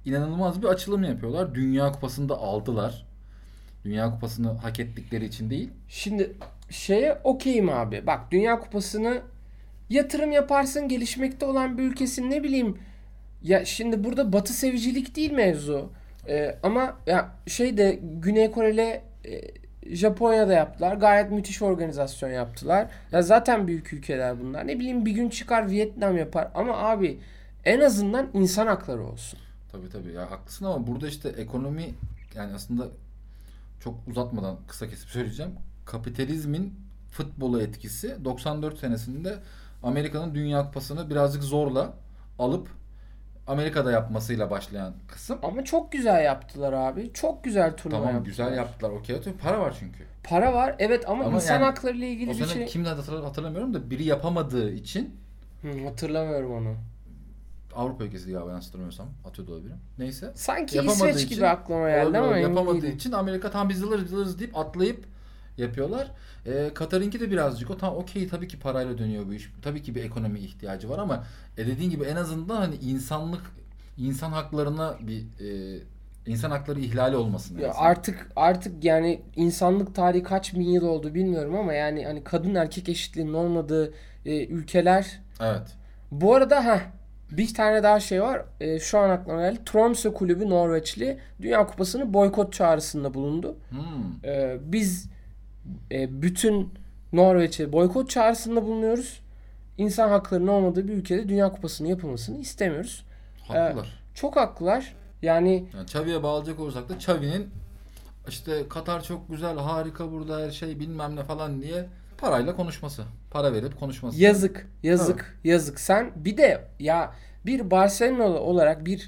inanılmaz bir açılım yapıyorlar. Dünya Kupası'nda aldılar. Dünya Kupası'nı hak ettikleri için değil. Şimdi şeye okeyim abi. Bak, Dünya Kupası'nı yatırım yaparsın, gelişmekte olan bir ülkesin, ne bileyim. Ya şimdi burada Batı sevicilik değil mevzu. Ama ya şeyde Güney Kore'yle Japonya'da yaptılar. Gayet müthiş organizasyon yaptılar. Ya zaten büyük ülkeler bunlar. Ne bileyim, bir gün çıkar Vietnam yapar. Ama abi en azından insan hakları olsun. Tabii ya haklısın ama burada işte ekonomi, yani aslında çok uzatmadan kısa kesip söyleyeceğim. Kapitalizmin futbola etkisi 94 senesinde Amerika'nın Dünya Kupası'nı birazcık zorla alıp Amerika'da yapmasıyla başlayan kısım. Ama çok güzel yaptılar abi. Çok güzel turnuva tamam, yaptılar. güzel yaptılar. Okey. Para var çünkü. Para var evet, ama insan yani, hakları ile ilgili bir şey. Kimden hatırlamıyorum da biri yapamadığı için. Hatırlamıyorum onu. Avrupa ülkesi galiba, yanlış hatırlamıyorsam. Atıyor da olabilirim. Neyse. Sanki İsveç gibi aklıma geldi ama yapamadığı için Amerika tam biz alırız deyip atlayıp yapıyorlar. Katar'ınki de birazcık o tam okey, tabii ki parayla dönüyor bu iş. Tabii ki bir ekonomi ihtiyacı var ama dediğin gibi en azından hani insan haklarına bir insan hakları ihlali olmasın. Ya artık yani insanlık tarihi kaç bin yıl oldu bilmiyorum ama yani hani kadın erkek eşitliğinin olmadığı ülkeler. Evet. Bu arada bir tane daha şey var. Şu an aklıma geldi. Tromsø kulübü, Norveçli, Dünya Kupası'nı boykot çağrısında bulundu. Biz bütün Norveç'e boykot çağrısında bulunuyoruz. İnsan haklarının olmadığı bir ülkede Dünya Kupası'nın yapılmasını istemiyoruz. Haklılar. Çok haklılar. Yani Xavi'ye bağlayacak olursak da Xavi'nin işte Katar çok güzel, harika burada her şey bilmem ne falan diye parayla konuşması. Para verip konuşması. Yazık. Sen bir de ya bir Barcelona olarak bir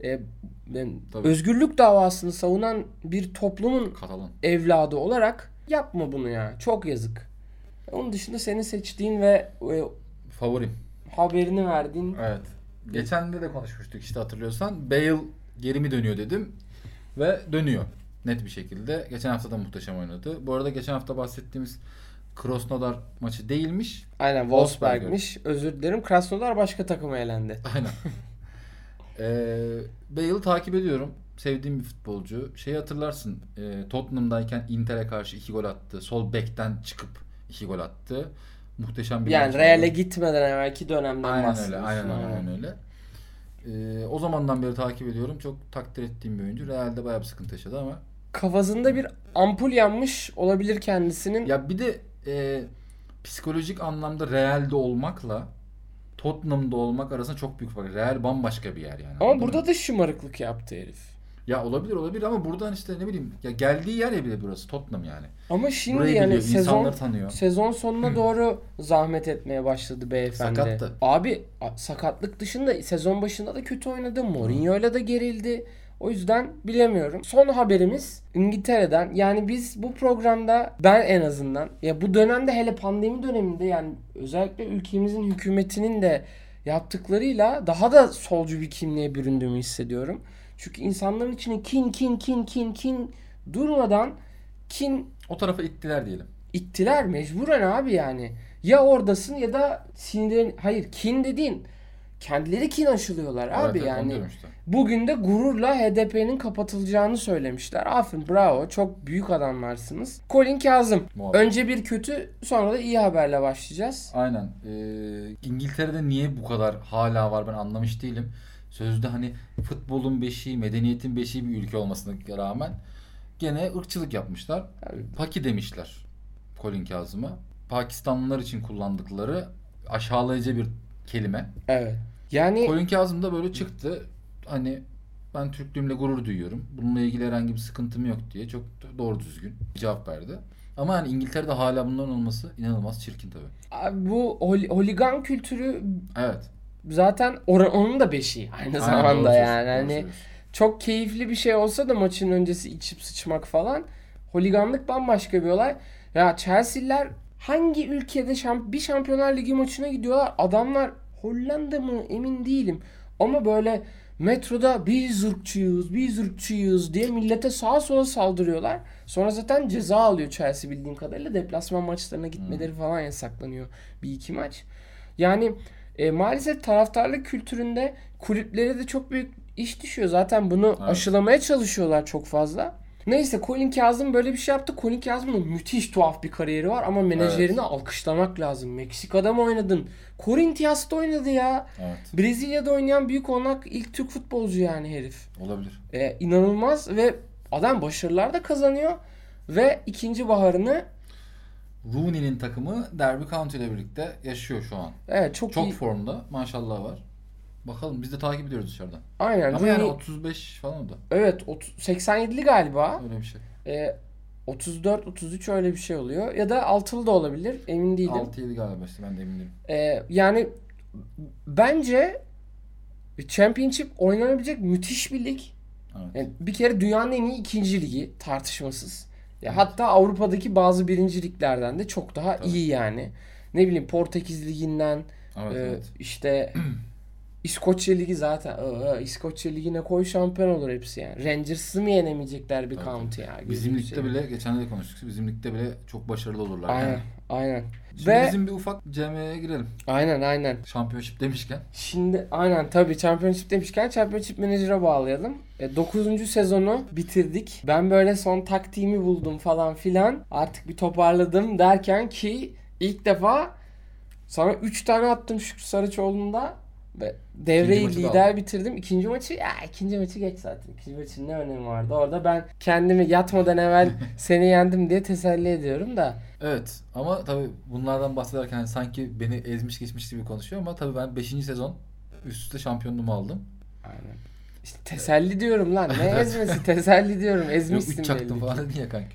özgürlük davasını savunan bir toplumun Katalan evladı olarak yapma bunu ya. Çok yazık. Onun dışında senin seçtiğin ve favorim haberini verdiğin. Evet. Geçen de konuşmuştuk işte, hatırlıyorsan. Bale geri mi dönüyor dedim ve dönüyor net bir şekilde. Geçen hafta da muhteşem oynadı. Bu arada geçen hafta bahsettiğimiz Krasnodar maçı değilmiş. Aynen, Wolfsberg'miş. Özür dilerim. Krasnodar başka takıma elendi. Aynen. Bale'ı takip ediyorum. Sevdiğim bir futbolcu. Şeyi hatırlarsın. Tottenham'dayken Inter'e karşı 2 gol attı. Sol bekten çıkıp 2 gol attı. Muhteşem bir yani maç. Real'e gitmeden evvelki dönemden bahsediyorsun. Aynen öyle. O zamandan beri takip ediyorum. Çok takdir ettiğim bir oyuncu. Real'de bayağı bir sıkıntı yaşadı ama. Kafasında bir ampul yanmış olabilir kendisinin. Ya bir de psikolojik anlamda Real'de olmakla Tottenham'da olmak arasında çok büyük fark. Real bambaşka bir yer yani. Ama burada da şımarıklık yaptı herif. Ya olabilir ama buradan işte ne bileyim, ya geldiği yer ya bile burası Tottenham yani. Ama şimdi burayı yani biliyor, sezon sonuna doğru zahmet etmeye başladı beyefendi. Sakattı. Abi sakatlık dışında sezon başında da kötü oynadı. Mourinho'yla da gerildi. O yüzden bilemiyorum. Son haberimiz İngiltere'den. Yani biz bu programda, ben en azından ya bu dönemde, hele pandemi döneminde, yani özellikle ülkemizin hükümetinin de yaptıklarıyla daha da solcu bir kimliğe büründüğümü hissediyorum. Çünkü insanların içine kin durmadan o tarafa ittiler diyelim. İttiler mecburen abi yani. Ya oradasın ya da kin dediğin kendileri kin aşılıyorlar abi yani. Işte. Bugün de gururla HDP'nin kapatılacağını söylemişler. Aferin, bravo, çok büyük adamlarsınız. Colin Kazım. Önce bir kötü, sonra da iyi haberle başlayacağız. Aynen. İngiltere'de niye bu kadar hala var ben anlamış değilim. Sözde hani futbolun beşiği, medeniyetin beşiği bir ülke olmasına rağmen gene ırkçılık yapmışlar. Paki demişler Colin Kazım'a. Pakistanlılar için kullandıkları aşağılayıcı bir kelime. Evet. Yani Colin Kazım da böyle çıktı. Hani ben Türklüğümle gurur duyuyorum. Bununla ilgili herhangi bir sıkıntım yok diye çok doğru düzgün cevap verdi. Ama yani İngiltere'de hala bunların olması inanılmaz çirkin tabii. Abi bu holigan kültürü, evet, zaten onun da beşiği aynı zamanda yani. Hani çok keyifli bir şey olsa da maçın öncesi içip sıçmak falan, holiganlık bambaşka bir olay. Ya Chelsea'liler hangi ülkede bir Şampiyonlar Ligi maçına gidiyorlar. Adamlar Hollanda mı emin değilim. Ama böyle metroda biz ırkçıyız diye millete sağa sola saldırıyorlar. Sonra zaten ceza alıyor Chelsea bildiğim kadarıyla. Deplasman maçlarına gitmeleri falan yasaklanıyor. Bir iki maç. Yani maalesef taraftarlık kültüründe kulüplere de çok büyük iş düşüyor. Zaten bunu aşılamaya çalışıyorlar çok fazla. Neyse Colin Kazım böyle bir şey yaptı. Colin Kazım'ın müthiş tuhaf bir kariyeri var ama menajerini alkışlamak lazım. Meksika'da mı oynadın? Corinthians'ta oynadı ya. Evet. Brezilya'da oynayan büyük olarak ilk Türk futbolcu yani herif. Olabilir. İnanılmaz ve adam başarılar da kazanıyor ve ikinci baharını Rooney'nin takımı Derby County ile birlikte yaşıyor şu an. Evet, çok iyi. Formda maşallah var. Bakalım biz de takip ediyoruz dışarıdan. Aynen. Ama Rooney, yani 35 falan o da. Evet 87'li galiba. Öyle bir şey. 34-33 öyle bir şey oluyor. Ya da altılı da olabilir. Emin değilim. 6-7 galiba işte ben de emin değilim. Yani bence Championship oynanabilecek müthiş bir lig. Evet. Yani bir kere dünyanın en iyi ikinci ligi tartışmasız. Ya hatta Avrupa'daki bazı birinci liglerden de çok daha iyi yani. Ne bileyim Portekiz liginden işte İskoçya ligi zaten. İskoçya ligine koy şampiyon olur hepsi yani. Rangers'ı mı yenemeyecekler bir county ya. Bizim ligde bile geçen de konuştuk. Bizim ligde bile çok başarılı olurlar. Aynen. Şimdi bizim bir ufak CM'ye girelim. Aynen. Championship demişken. Şimdi tabii Championship demişken Championship Manager'a bağlayalım. 9. sezonu bitirdik. Ben böyle son taktiğimi buldum falan filan. Artık bir toparladım derken ki ilk defa sana 3 tane attım Şükrü Saraçoğlu'nda. Ve devreyi lider bitirdim. İkinci maçı geç zaten. İkinci maçın ne önemi vardı? Orada ben kendimi yatmadan evvel seni yendim diye teselli ediyorum da. Evet ama tabii bunlardan bahsederken sanki beni ezmiş geçmiş gibi konuşuyor ama tabii ben 5. sezon üst üste şampiyonluğumu aldım. Aynen. İşte teselli diyorum lan. Ne ezmesi? Teselli diyorum. Ezmişsin belli. 3 çaktım falan dedin ya kanka.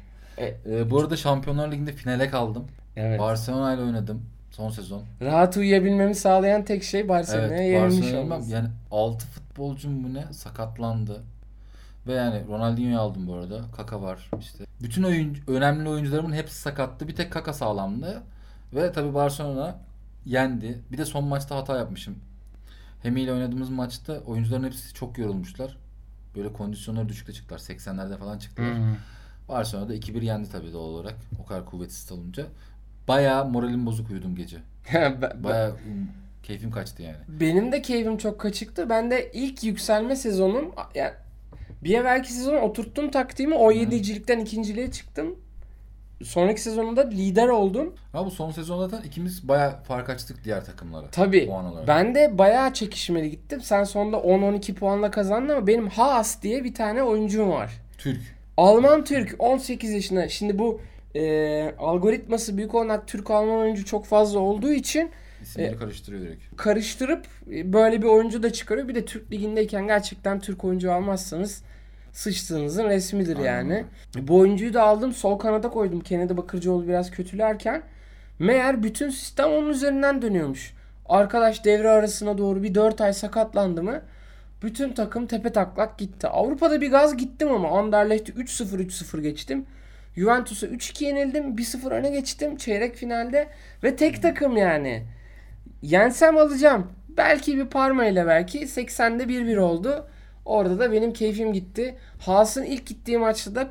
Bu arada Şampiyonlar Ligi'nde finale kaldım. Evet. Barcelona ile oynadım. Son sezon. Rahat uyuyabilmemi sağlayan tek şey Barcelona'ya yenilmiş olması. Yani 6 futbolcum bu ne sakatlandı. Ve yani Ronaldinho'yu aldım bu arada. Kaka var işte. Bütün önemli oyuncularımın hepsi sakattı. Bir tek Kaka sağlamdı. Ve tabii Barcelona yendi. Bir de son maçta hata yapmışım. Hemi ile oynadığımız maçta oyuncuların hepsi çok yorulmuşlar. Böyle kondisyonları düşükte çıktılar. 80'lerde falan çıktılar. Barcelona'da 2-1 yendi tabii doğal olarak. O kadar kuvvetsiz olunca. Bayağı moralim bozuk uyudum gece. Bayağı keyfim kaçtı yani. Benim de keyfim çok kaçıktı. Ben de ilk yükselme sezonum yani bir evvelki sezon oturttum taktiğimi 17.likten ikinciliğe çıktım. Sonraki sezonunda lider oldum. Ama bu son sezonda zaten ikimiz bayağı fark açtık diğer takımlara. Tabii. Ben de bayağı çekişmeli gittim. Sen sonunda 10-12 puanla kazandın ama benim Haas diye bir tane oyuncum var. Türk. Alman Türk. 18 yaşında. Şimdi bu algoritması büyük olarak Türk-Alman oyuncu çok fazla olduğu için İsimleri karıştırıyor direkt. Karıştırıp böyle bir oyuncu da çıkarıyor. Bir de Türk Ligi'ndeyken gerçekten Türk oyuncu almazsanız sıçtığınızın resmidir yani. Bu oyuncuyu da aldım. Sol kanada koydum. Kennedy Bakırcıoğlu biraz kötülerken. Meğer bütün sistem onun üzerinden dönüyormuş. Arkadaş devre arasına doğru bir 4 ay sakatlandı mı bütün takım tepe taklak gitti. Avrupa'da bir gaz gittim ama Anderlecht'i 3-0 geçtim. Juventus'a 3-2 yenildim. 1-0 öne geçtim çeyrek finalde. Ve tek takım yani. Yensem alacağım. Belki bir Parma ile belki 80'de 1-1 oldu. Orada da benim keyfim gitti. Haas'ın ilk gittiği maçta da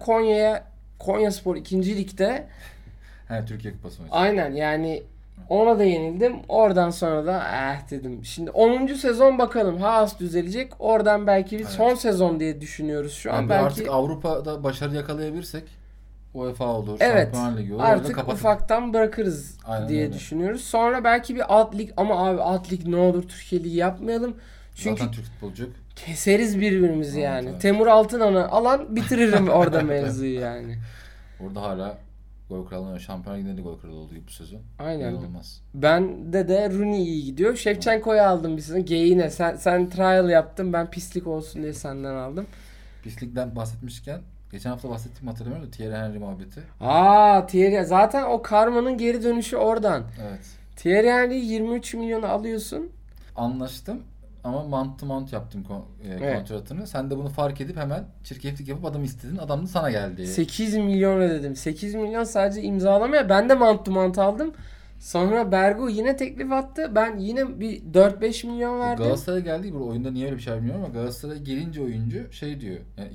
Konyaspor 2. Lig'de. Türkiye Kupası maçı. Aynen yani ona da yenildim. Oradan sonra da dedim. Şimdi 10. sezon bakalım Haas düzelecek. Oradan belki bir son sezon diye düşünüyoruz şu an. Belki artık Avrupa'da başarı yakalayabilirsek UEFA olur, evet, Şampiyonlar Ligi olur. Artık ufaktan bırakırız diye düşünüyoruz. Sonra belki bir alt lig ama abi alt lig ne olur Türkiye Ligi yapmayalım. Çünkü zaten Türk futbolcu. Keseriz birbirimizi yani. Evet. Temur Altınan'ı alan bitiririm orada mevzuyu yani. Orada hala gol krallığı, Şampiyonlar Ligi'nde de gol kralı oldu bu sezon. Aynen. İnanılmaz. Bende de Rooney iyi gidiyor. Şevçenko'yu aldım bir sezon. Geyiğine sen trial yaptın. Ben pislik olsun diye senden aldım. Pislikten bahsetmişken geçen hafta bahsettiğim hatırlamıyorum da Thierry Henry muhabbeti. Thierry zaten o karmanın geri dönüşü oradan. Evet. Thierry Henry'i 23 milyona alıyorsun. Anlaştım ama mount to mount yaptım kontratını. Sen de bunu fark edip hemen çirkeflik yapıp adamı istedin. Adam da sana geldi. 8 milyon ödedim. 8 milyon sadece imzalamaya. Ben de mount to mount aldım. Sonra Bergu yine teklif attı. Ben yine bir 4-5 milyon verdim. Galatasaray'a geldi. Bu oyunda niye öyle bir şey bilmiyorum ama Galatasaray'a gelince oyuncu şey diyor. Yani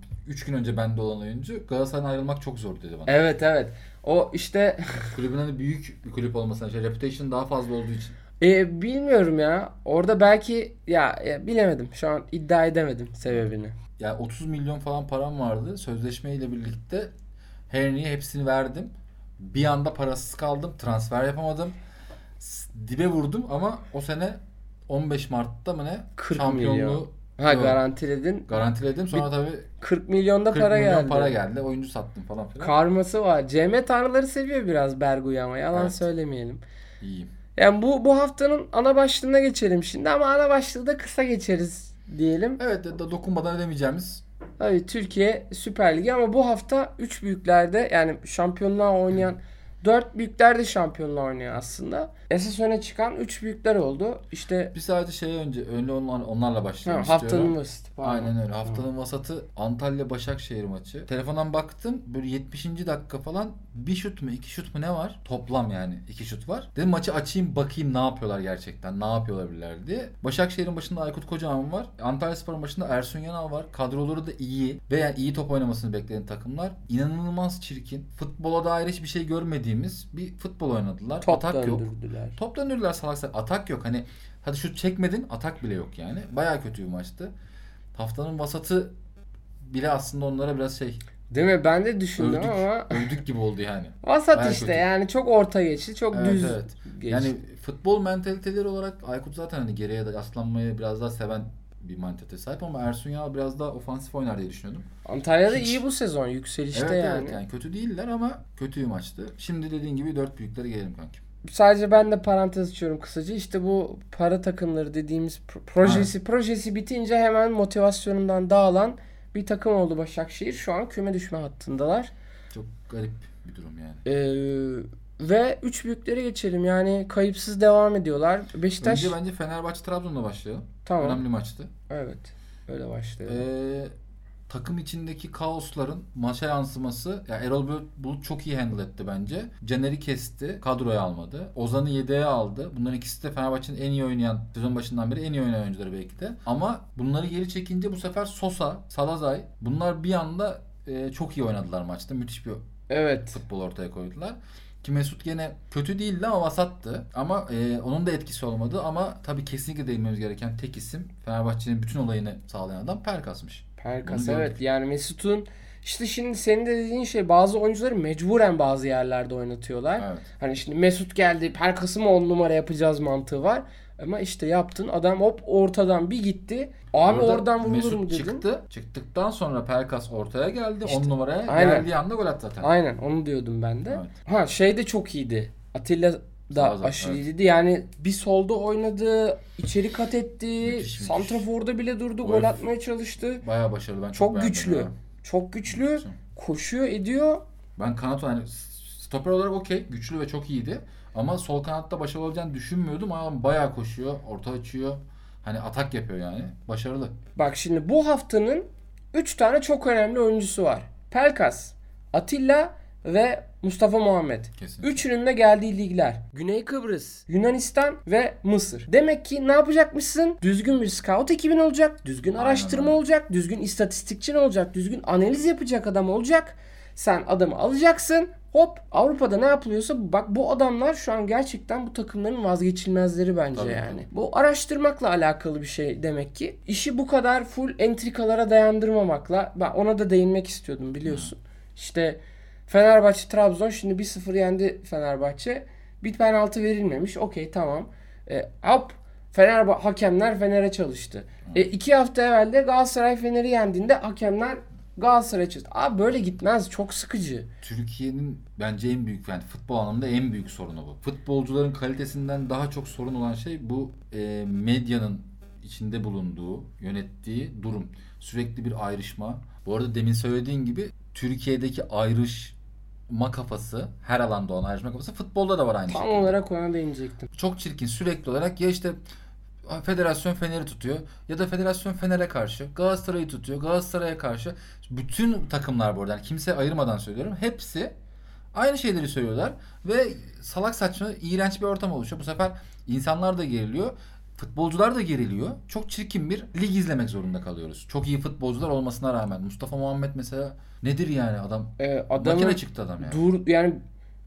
3 gün önce bende olan oyuncu Galatasaray'dan ayrılmak çok zor dedi bana. Evet. O işte kulübün hani büyük bir kulüp olmasına, reputation daha fazla olduğu için. Bilmiyorum ya. Orada belki ya bilemedim. Şu an iddia edemedim sebebini. Yani 30 milyon falan param vardı. Sözleşmeyle birlikte Henry'e hepsini verdim. Bir anda parasız kaldım. Transfer yapamadım. Dibe vurdum ama o sene 15 Mart'ta mı ne? 40 Şampiyonluğu milyon. Ha, garantiledin. Garantiledim. Sonra tabii 40 milyonda 40 para milyon geldi. para geldi. Oyuncu sattım falan filan. Karması var. CM tanrıları seviyor biraz Bergu'yu ama yalan Evet. söylemeyelim. İyiyim. Yani bu haftanın ana başlığına geçelim şimdi ama ana başlığı da kısa geçeriz diyelim. Evet, dokunmadan edemeyeceğimiz. Tabii Türkiye Süper Ligi ama bu hafta 3 büyüklerde yani şampiyonluğa oynayan 4 büyükler de şampiyonluğa oynuyor aslında. Esas öne çıkan 3 büyükler oldu. İşte bir sadece önce onlarla başlayalım haftanın istiyorum. vasatı. Aynen öyle. Haftanın vasatı Antalya Başakşehir maçı. Telefondan baktım böyle 70. dakika falan bir şut mu 2 şut mu ne var? Toplam yani 2 şut var. Dedim maçı açayım bakayım ne yapıyorlar gerçekten. Ne yapıyor olabilirler diye. Başakşehir'in başında Aykut Kocaman var. Antalyaspor'un başında Ersun Yanal var. Kadroları da iyi ve yani iyi top oynamasını bekleyen takımlar. İnanılmaz çirkin. Futbola dair hiçbir şey görmediğimiz bir futbol oynadılar. Top Atak yok. döndürdüler. Top döndürdüler salak salak. Atak yok. Hani hadi şut çekmedin, atak bile yok yani. Bayağı kötü bir maçtı. Haftanın vasatı bile aslında onlara biraz Değil mi? Ben de düşündüm ama övdük gibi oldu yani. vasat Bayağı işte kötü. yani çok orta geçti, çok Evet, düz evet. geçti. Yani futbol mentaliteleri olarak Aykut zaten hani geriye de yaslanmayı biraz daha seven bir mentalite sahip ama Ersun Yanal biraz daha ofansif oynar diye düşünüyordum. Antalya'da Hiç. iyi bu sezon, yükselişte Evet, yani. evet yani kötü değiller ama kötü bir maçtı. Şimdi dediğin gibi 4 büyüklere gelelim kankim. Sadece ben de parantez açıyorum kısaca. İşte bu para takımları dediğimiz projesi bitince hemen motivasyonundan dağılan bir takım oldu Başakşehir. Şu an küme düşme hattındalar. Çok garip bir durum yani. Ve 3 büyüklere geçelim. Yani kayıpsız devam ediyorlar. Beşiktaş... Önce bence Fenerbahçe Trabzon'la başlayalım. Tamam. Önemli maçtı. Evet. Öyle başlayalım. Takım içindeki kaosların maça yansıması, yani Erol Bulut çok iyi handle etti bence. Caner'i kesti, kadroya almadı. Ozan'ı yedeğe aldı. Bunların ikisi de Fenerbahçe'nin en iyi oynayan, sezon başından beri en iyi oynayan oyuncuları belki de. Ama bunları geri çekince bu sefer Sosa, Salazay bunlar bir anda çok iyi oynadılar maçta. Müthiş bir futbol ortaya koydular. Ki Mesut gene kötü değildi ama vasattı. Ama onun da etkisi olmadı. Ama tabii kesinlikle değinmemiz gereken tek isim Fenerbahçe'nin bütün olayını sağlayan adam Pelkas'mış. Pelkas evet. Yani Mesut'un işte şimdi senin de dediğin şey bazı oyuncuları mecburen bazı yerlerde oynatıyorlar. Evet. Hani şimdi Mesut geldi Pelkas'ı mı 10 numara yapacağız mantığı var. Ama işte yaptın adam hop ortadan bir gitti. Abi orada oradan vurulur Mesut mu dedin. Çıktıktan sonra Pelkas ortaya geldi. İşte, 10 numaraya geldiği anda gol attı zaten. Aynen onu diyordum ben de. Evet. Şey de çok iyiydi. Atilla da aşırı iyiydi. Yani bir solda oynadı, içeri kat etti. Santrafor'da bile durdu, gol atmaya çalıştı. Bayağı başarılı. Ben çok güçlü. Ya. Çok güçlü. Koşuyor, ediyor. Ben kanat yani stoper olarak okey, güçlü ve çok iyiydi. Ama sol kanatta başarılı olacağını düşünmüyordum ama bayağı koşuyor, orta açıyor. Hani atak yapıyor yani. Başarılı. Bak şimdi bu haftanın 3 tane çok önemli oyuncusu var. Pelkas, Atilla ve Mustafa Muhammed. Kesinlikle. Üçünün de geldiği ligler. Güney Kıbrıs, Yunanistan ve Mısır. Demek ki ne yapacakmışsın? Düzgün bir scout ekibin olacak. Düzgün araştırma olacak. Düzgün istatistikçin olacak. Düzgün analiz yapacak adam olacak. Sen adamı alacaksın. Hop Avrupa'da ne yapılıyorsa bak bu adamlar şu an gerçekten bu takımların vazgeçilmezleri bence tabii, yani. Tabii. Bu araştırmakla alakalı bir şey demek ki. İşi bu kadar full entrikalara dayandırmamakla ben ona da değinmek istiyordum biliyorsun. İşte Fenerbahçe Trabzon şimdi 1-0 yendi Fenerbahçe. Bir penaltı verilmemiş. Okey tamam. Hop hakemler Fener'e çalıştı. 2 hafta evvel de Galatasaray Fener'i yendiğinde hakemler Galatasaray çıktı. Abi böyle gitmez. Çok sıkıcı. Türkiye'nin bence en büyük yani futbol anlamında en büyük sorunu bu. Futbolcuların kalitesinden daha çok sorun olan şey bu medyanın içinde bulunduğu, yönettiği durum. Sürekli bir ayrışma. Bu arada demin söylediğin gibi Türkiye'deki ayrışma kafası, her alanda olan ayrışma kafası futbolda da var aynı şekilde. Tam olarak ona değinecektim. Çok çirkin sürekli olarak ya işte Federasyon Fener'i tutuyor ya da Federasyon Fener'e karşı Galatasaray'ı tutuyor, Galatasaray'a karşı bütün takımlar bu arada yani kimse ayırmadan söylüyorum. Hepsi aynı şeyleri söylüyorlar ve salak saçma iğrenç bir ortam oluşuyor. Bu sefer insanlar da geriliyor. Futbolcular da geriliyor. Çok çirkin bir lig izlemek zorunda kalıyoruz. Çok iyi futbolcular olmasına rağmen. Mustafa Muhammed mesela nedir yani adam? Makine çıktı adam yani. Yani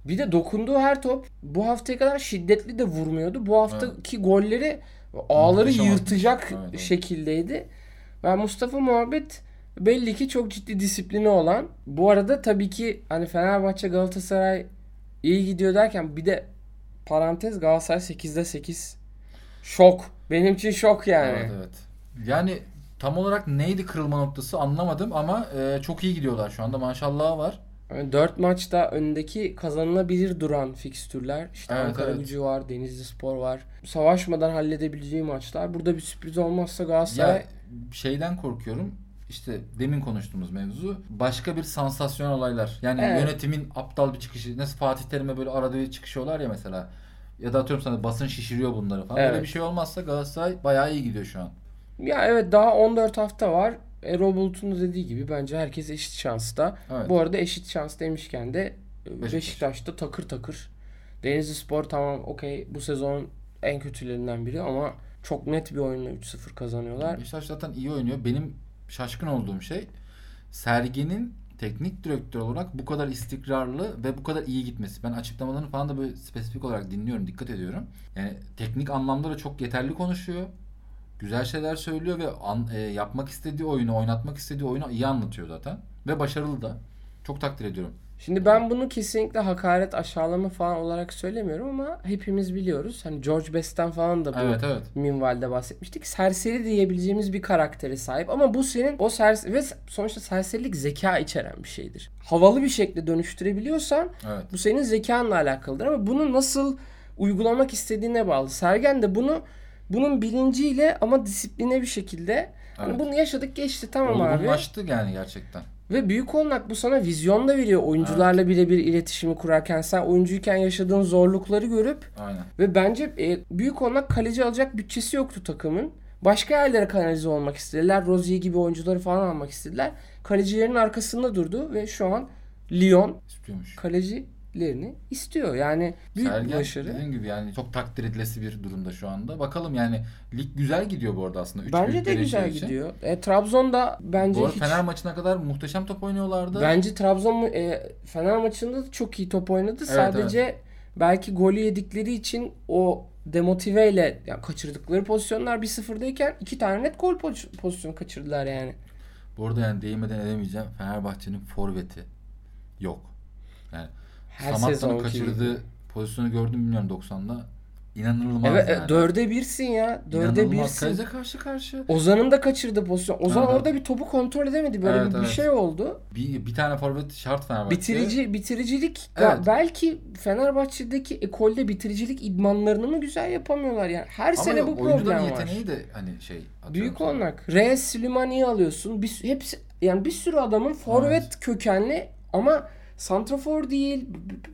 Bir de dokunduğu her top bu haftaya kadar şiddetli de vurmuyordu. Bu haftaki golleri ağları yırtacak şekildeydi. Ve Mustafa Muhammed belli ki çok ciddi disiplini olan. Bu arada tabii ki hani Fenerbahçe Galatasaray iyi gidiyor derken bir de parantez, Galatasaray 8'de 8. Şok. Benim için şok yani. Evet. Yani tam olarak neydi kırılma noktası anlamadım ama çok iyi gidiyorlar şu anda. Maşallah var. 4 maçta öndeki kazanılabilir duran fikstürler. İşte Ankaragücü var, Denizlispor var. Savaşmadan halledebileceği maçlar. Burada bir sürpriz olmazsa Galatasaray... Ya şeyden korkuyorum. İşte demin konuştuğumuz mevzu. Başka bir sansasyon olaylar. Yani yönetimin aptal bir çıkışı. Nasıl Fatih Terim'e böyle arada bir çıkışıyorlar ya mesela. Ya da atıyorum sana basın şişiriyor bunları falan. Öyle bir şey olmazsa Galatasaray bayağı iyi gidiyor şu an. Ya evet, daha 14 hafta var. Erol Bulut'un da dediği gibi bence herkes eşit şansta. Evet. Bu arada eşit şans demişken de Beşiktaş'ta takır takır. Denizlispor tamam okey, bu sezonun en kötülerinden biri ama çok net bir oyunla 3-0 kazanıyorlar. Beşiktaş zaten iyi oynuyor. Benim şaşkın olduğum şey Sergen'in teknik direktör olarak bu kadar istikrarlı ve bu kadar iyi gitmesi. Ben açıklamalarını falan da böyle spesifik olarak dinliyorum, dikkat ediyorum. Yani teknik anlamda da çok yeterli konuşuyor. Güzel şeyler söylüyor ve yapmak istediği oyunu, oynatmak istediği oyunu iyi anlatıyor zaten. Ve başarılı da. Çok takdir ediyorum. Şimdi ben bunu kesinlikle hakaret, aşağılama falan olarak söylemiyorum ama hepimiz biliyoruz. Hani George Best'ten falan da bu minvalde bahsetmiştik. Serseri diyebileceğimiz bir karaktere sahip ama bu senin o ve sonuçta serserilik zeka içeren bir şeydir. Havalı bir şekilde dönüştürebiliyorsan bu senin zekanla alakalıdır ama bunu nasıl uygulamak istediğine bağlı. Sergen de bunun bilinciyle ama disipline bir şekilde hani bunu yaşadık geçti, tamam abi. Olgunlaştı yani gerçekten. Ve büyük olarak bu sana vizyon da veriyor. Oyuncularla birebir iletişimi kurarken sen oyuncuyken yaşadığın zorlukları görüp ve bence büyük olarak kaleci alacak bütçesi yoktu takımın. Başka yerlere kanalize olmak istediler. Rozier gibi oyuncuları falan almak istediler. Kalecilerin arkasında durdu ve şu an Lyon kalecilerini istiyor. Yani büyük Sergen, başarı. Dediğim gibi yani çok takdir edilesi bir durumda şu anda. Bakalım yani lig güzel gidiyor bu arada aslında. Bence de güzel gidiyor. Trabzon'da bence bu arada Fener maçına kadar muhteşem top oynuyorlardı. Bence Trabzon Fener maçında da çok iyi top oynadı. Sadece belki golü yedikleri için o demotiveyle yani kaçırdıkları pozisyonlar 1-0'dayken 2 tane net gol pozisyonu kaçırdılar yani. Bu arada yani değinmeden edemeyeceğim. Fenerbahçe'nin forveti yok. Yani Samatta'nın kaçırdığı pozisyonu gördüm bilmiyorum 90'da. İnanılmaz yani. 4'e 1'sin ya. 4'e 1'sin. Kaleci karşı. Ozan'ın da kaçırdığı pozisyon. Ozan orada bir topu kontrol edemedi. Böyle bir şey oldu. Bir tane forvet şart Fenerbahçe. Bitiricilik belki Fenerbahçe'deki ekolde bitiricilik idmanlarını mı güzel yapamıyorlar yani. Her sene bu problem var. Oyuncuların yeteneği de hani büyük olarak. Reis Süleyman'ı alıyorsun. Hepsi yani bir sürü adamın forvet kökenli ama santrafor değil.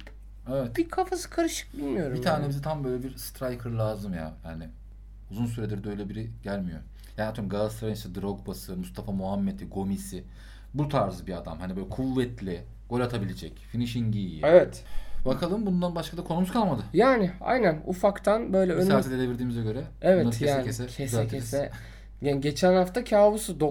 Bir kafası karışık, bilmiyorum. Bir tane bize tam böyle bir striker lazım ya. Yani uzun süredir de öyle biri gelmiyor. Yani atıyorum Galatasaray'ın işte Drogba'sı, Mustafa Muhammed'i, Gomis'i. Bu tarz bir adam. Hani böyle kuvvetli, gol atabilecek, finishing'i iyi. Evet. Bakalım, bundan başka da konumuz kalmadı. Yani aynen ufaktan böyle bir saate de devirdiğimize göre. Evet yani kese. Yani geçen hafta kabusu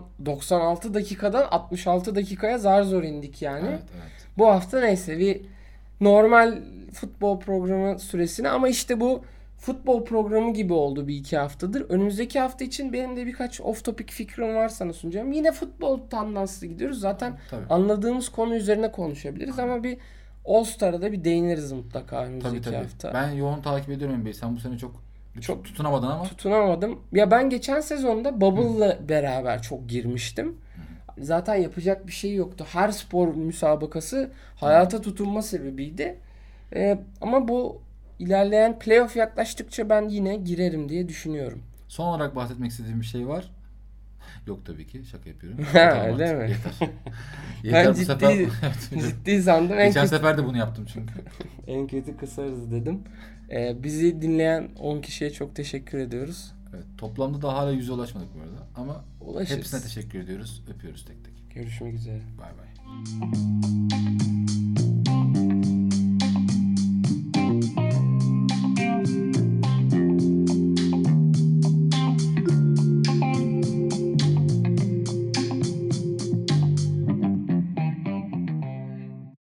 96 dakikadan 66 dakikaya zar zor indik yani. Evet. Bu hafta neyse bir normal futbol programı süresine, ama işte bu futbol programı gibi oldu bir iki haftadır. Önümüzdeki hafta için benim de birkaç off topic fikrim var, sana sunacağım. Yine futbol tandanslı gidiyoruz. Zaten anladığımız konu üzerine konuşabiliriz ama bir All Star'a da bir değiniriz mutlaka önümüzdeki hafta. Ben yoğun takip ediyorum NBA. Sen bu sene çok tutunamadın ama. Tutunamadım. Ya ben geçen sezonda Bubble'la beraber çok girmiştim. Zaten yapacak bir şey yoktu. Her spor müsabakası hayata tutunma sebebiydi. Ama bu ilerleyen playoff yaklaştıkça ben yine girerim diye düşünüyorum. Son olarak bahsetmek istediğim bir şey var. Yok tabii ki. Şaka yapıyorum. Öyle mi? Yeter. Ben ciddi sandım. Geçen sefer de bunu yaptım çünkü. En kötü kısarız dedim. Bizi dinleyen 10 kişiye çok teşekkür ediyoruz. Evet, toplamda da hala 100'e ulaşmadık bu arada. Ama hepsine teşekkür ediyoruz. Öpüyoruz tek tek. Görüşmek üzere. Bay bay.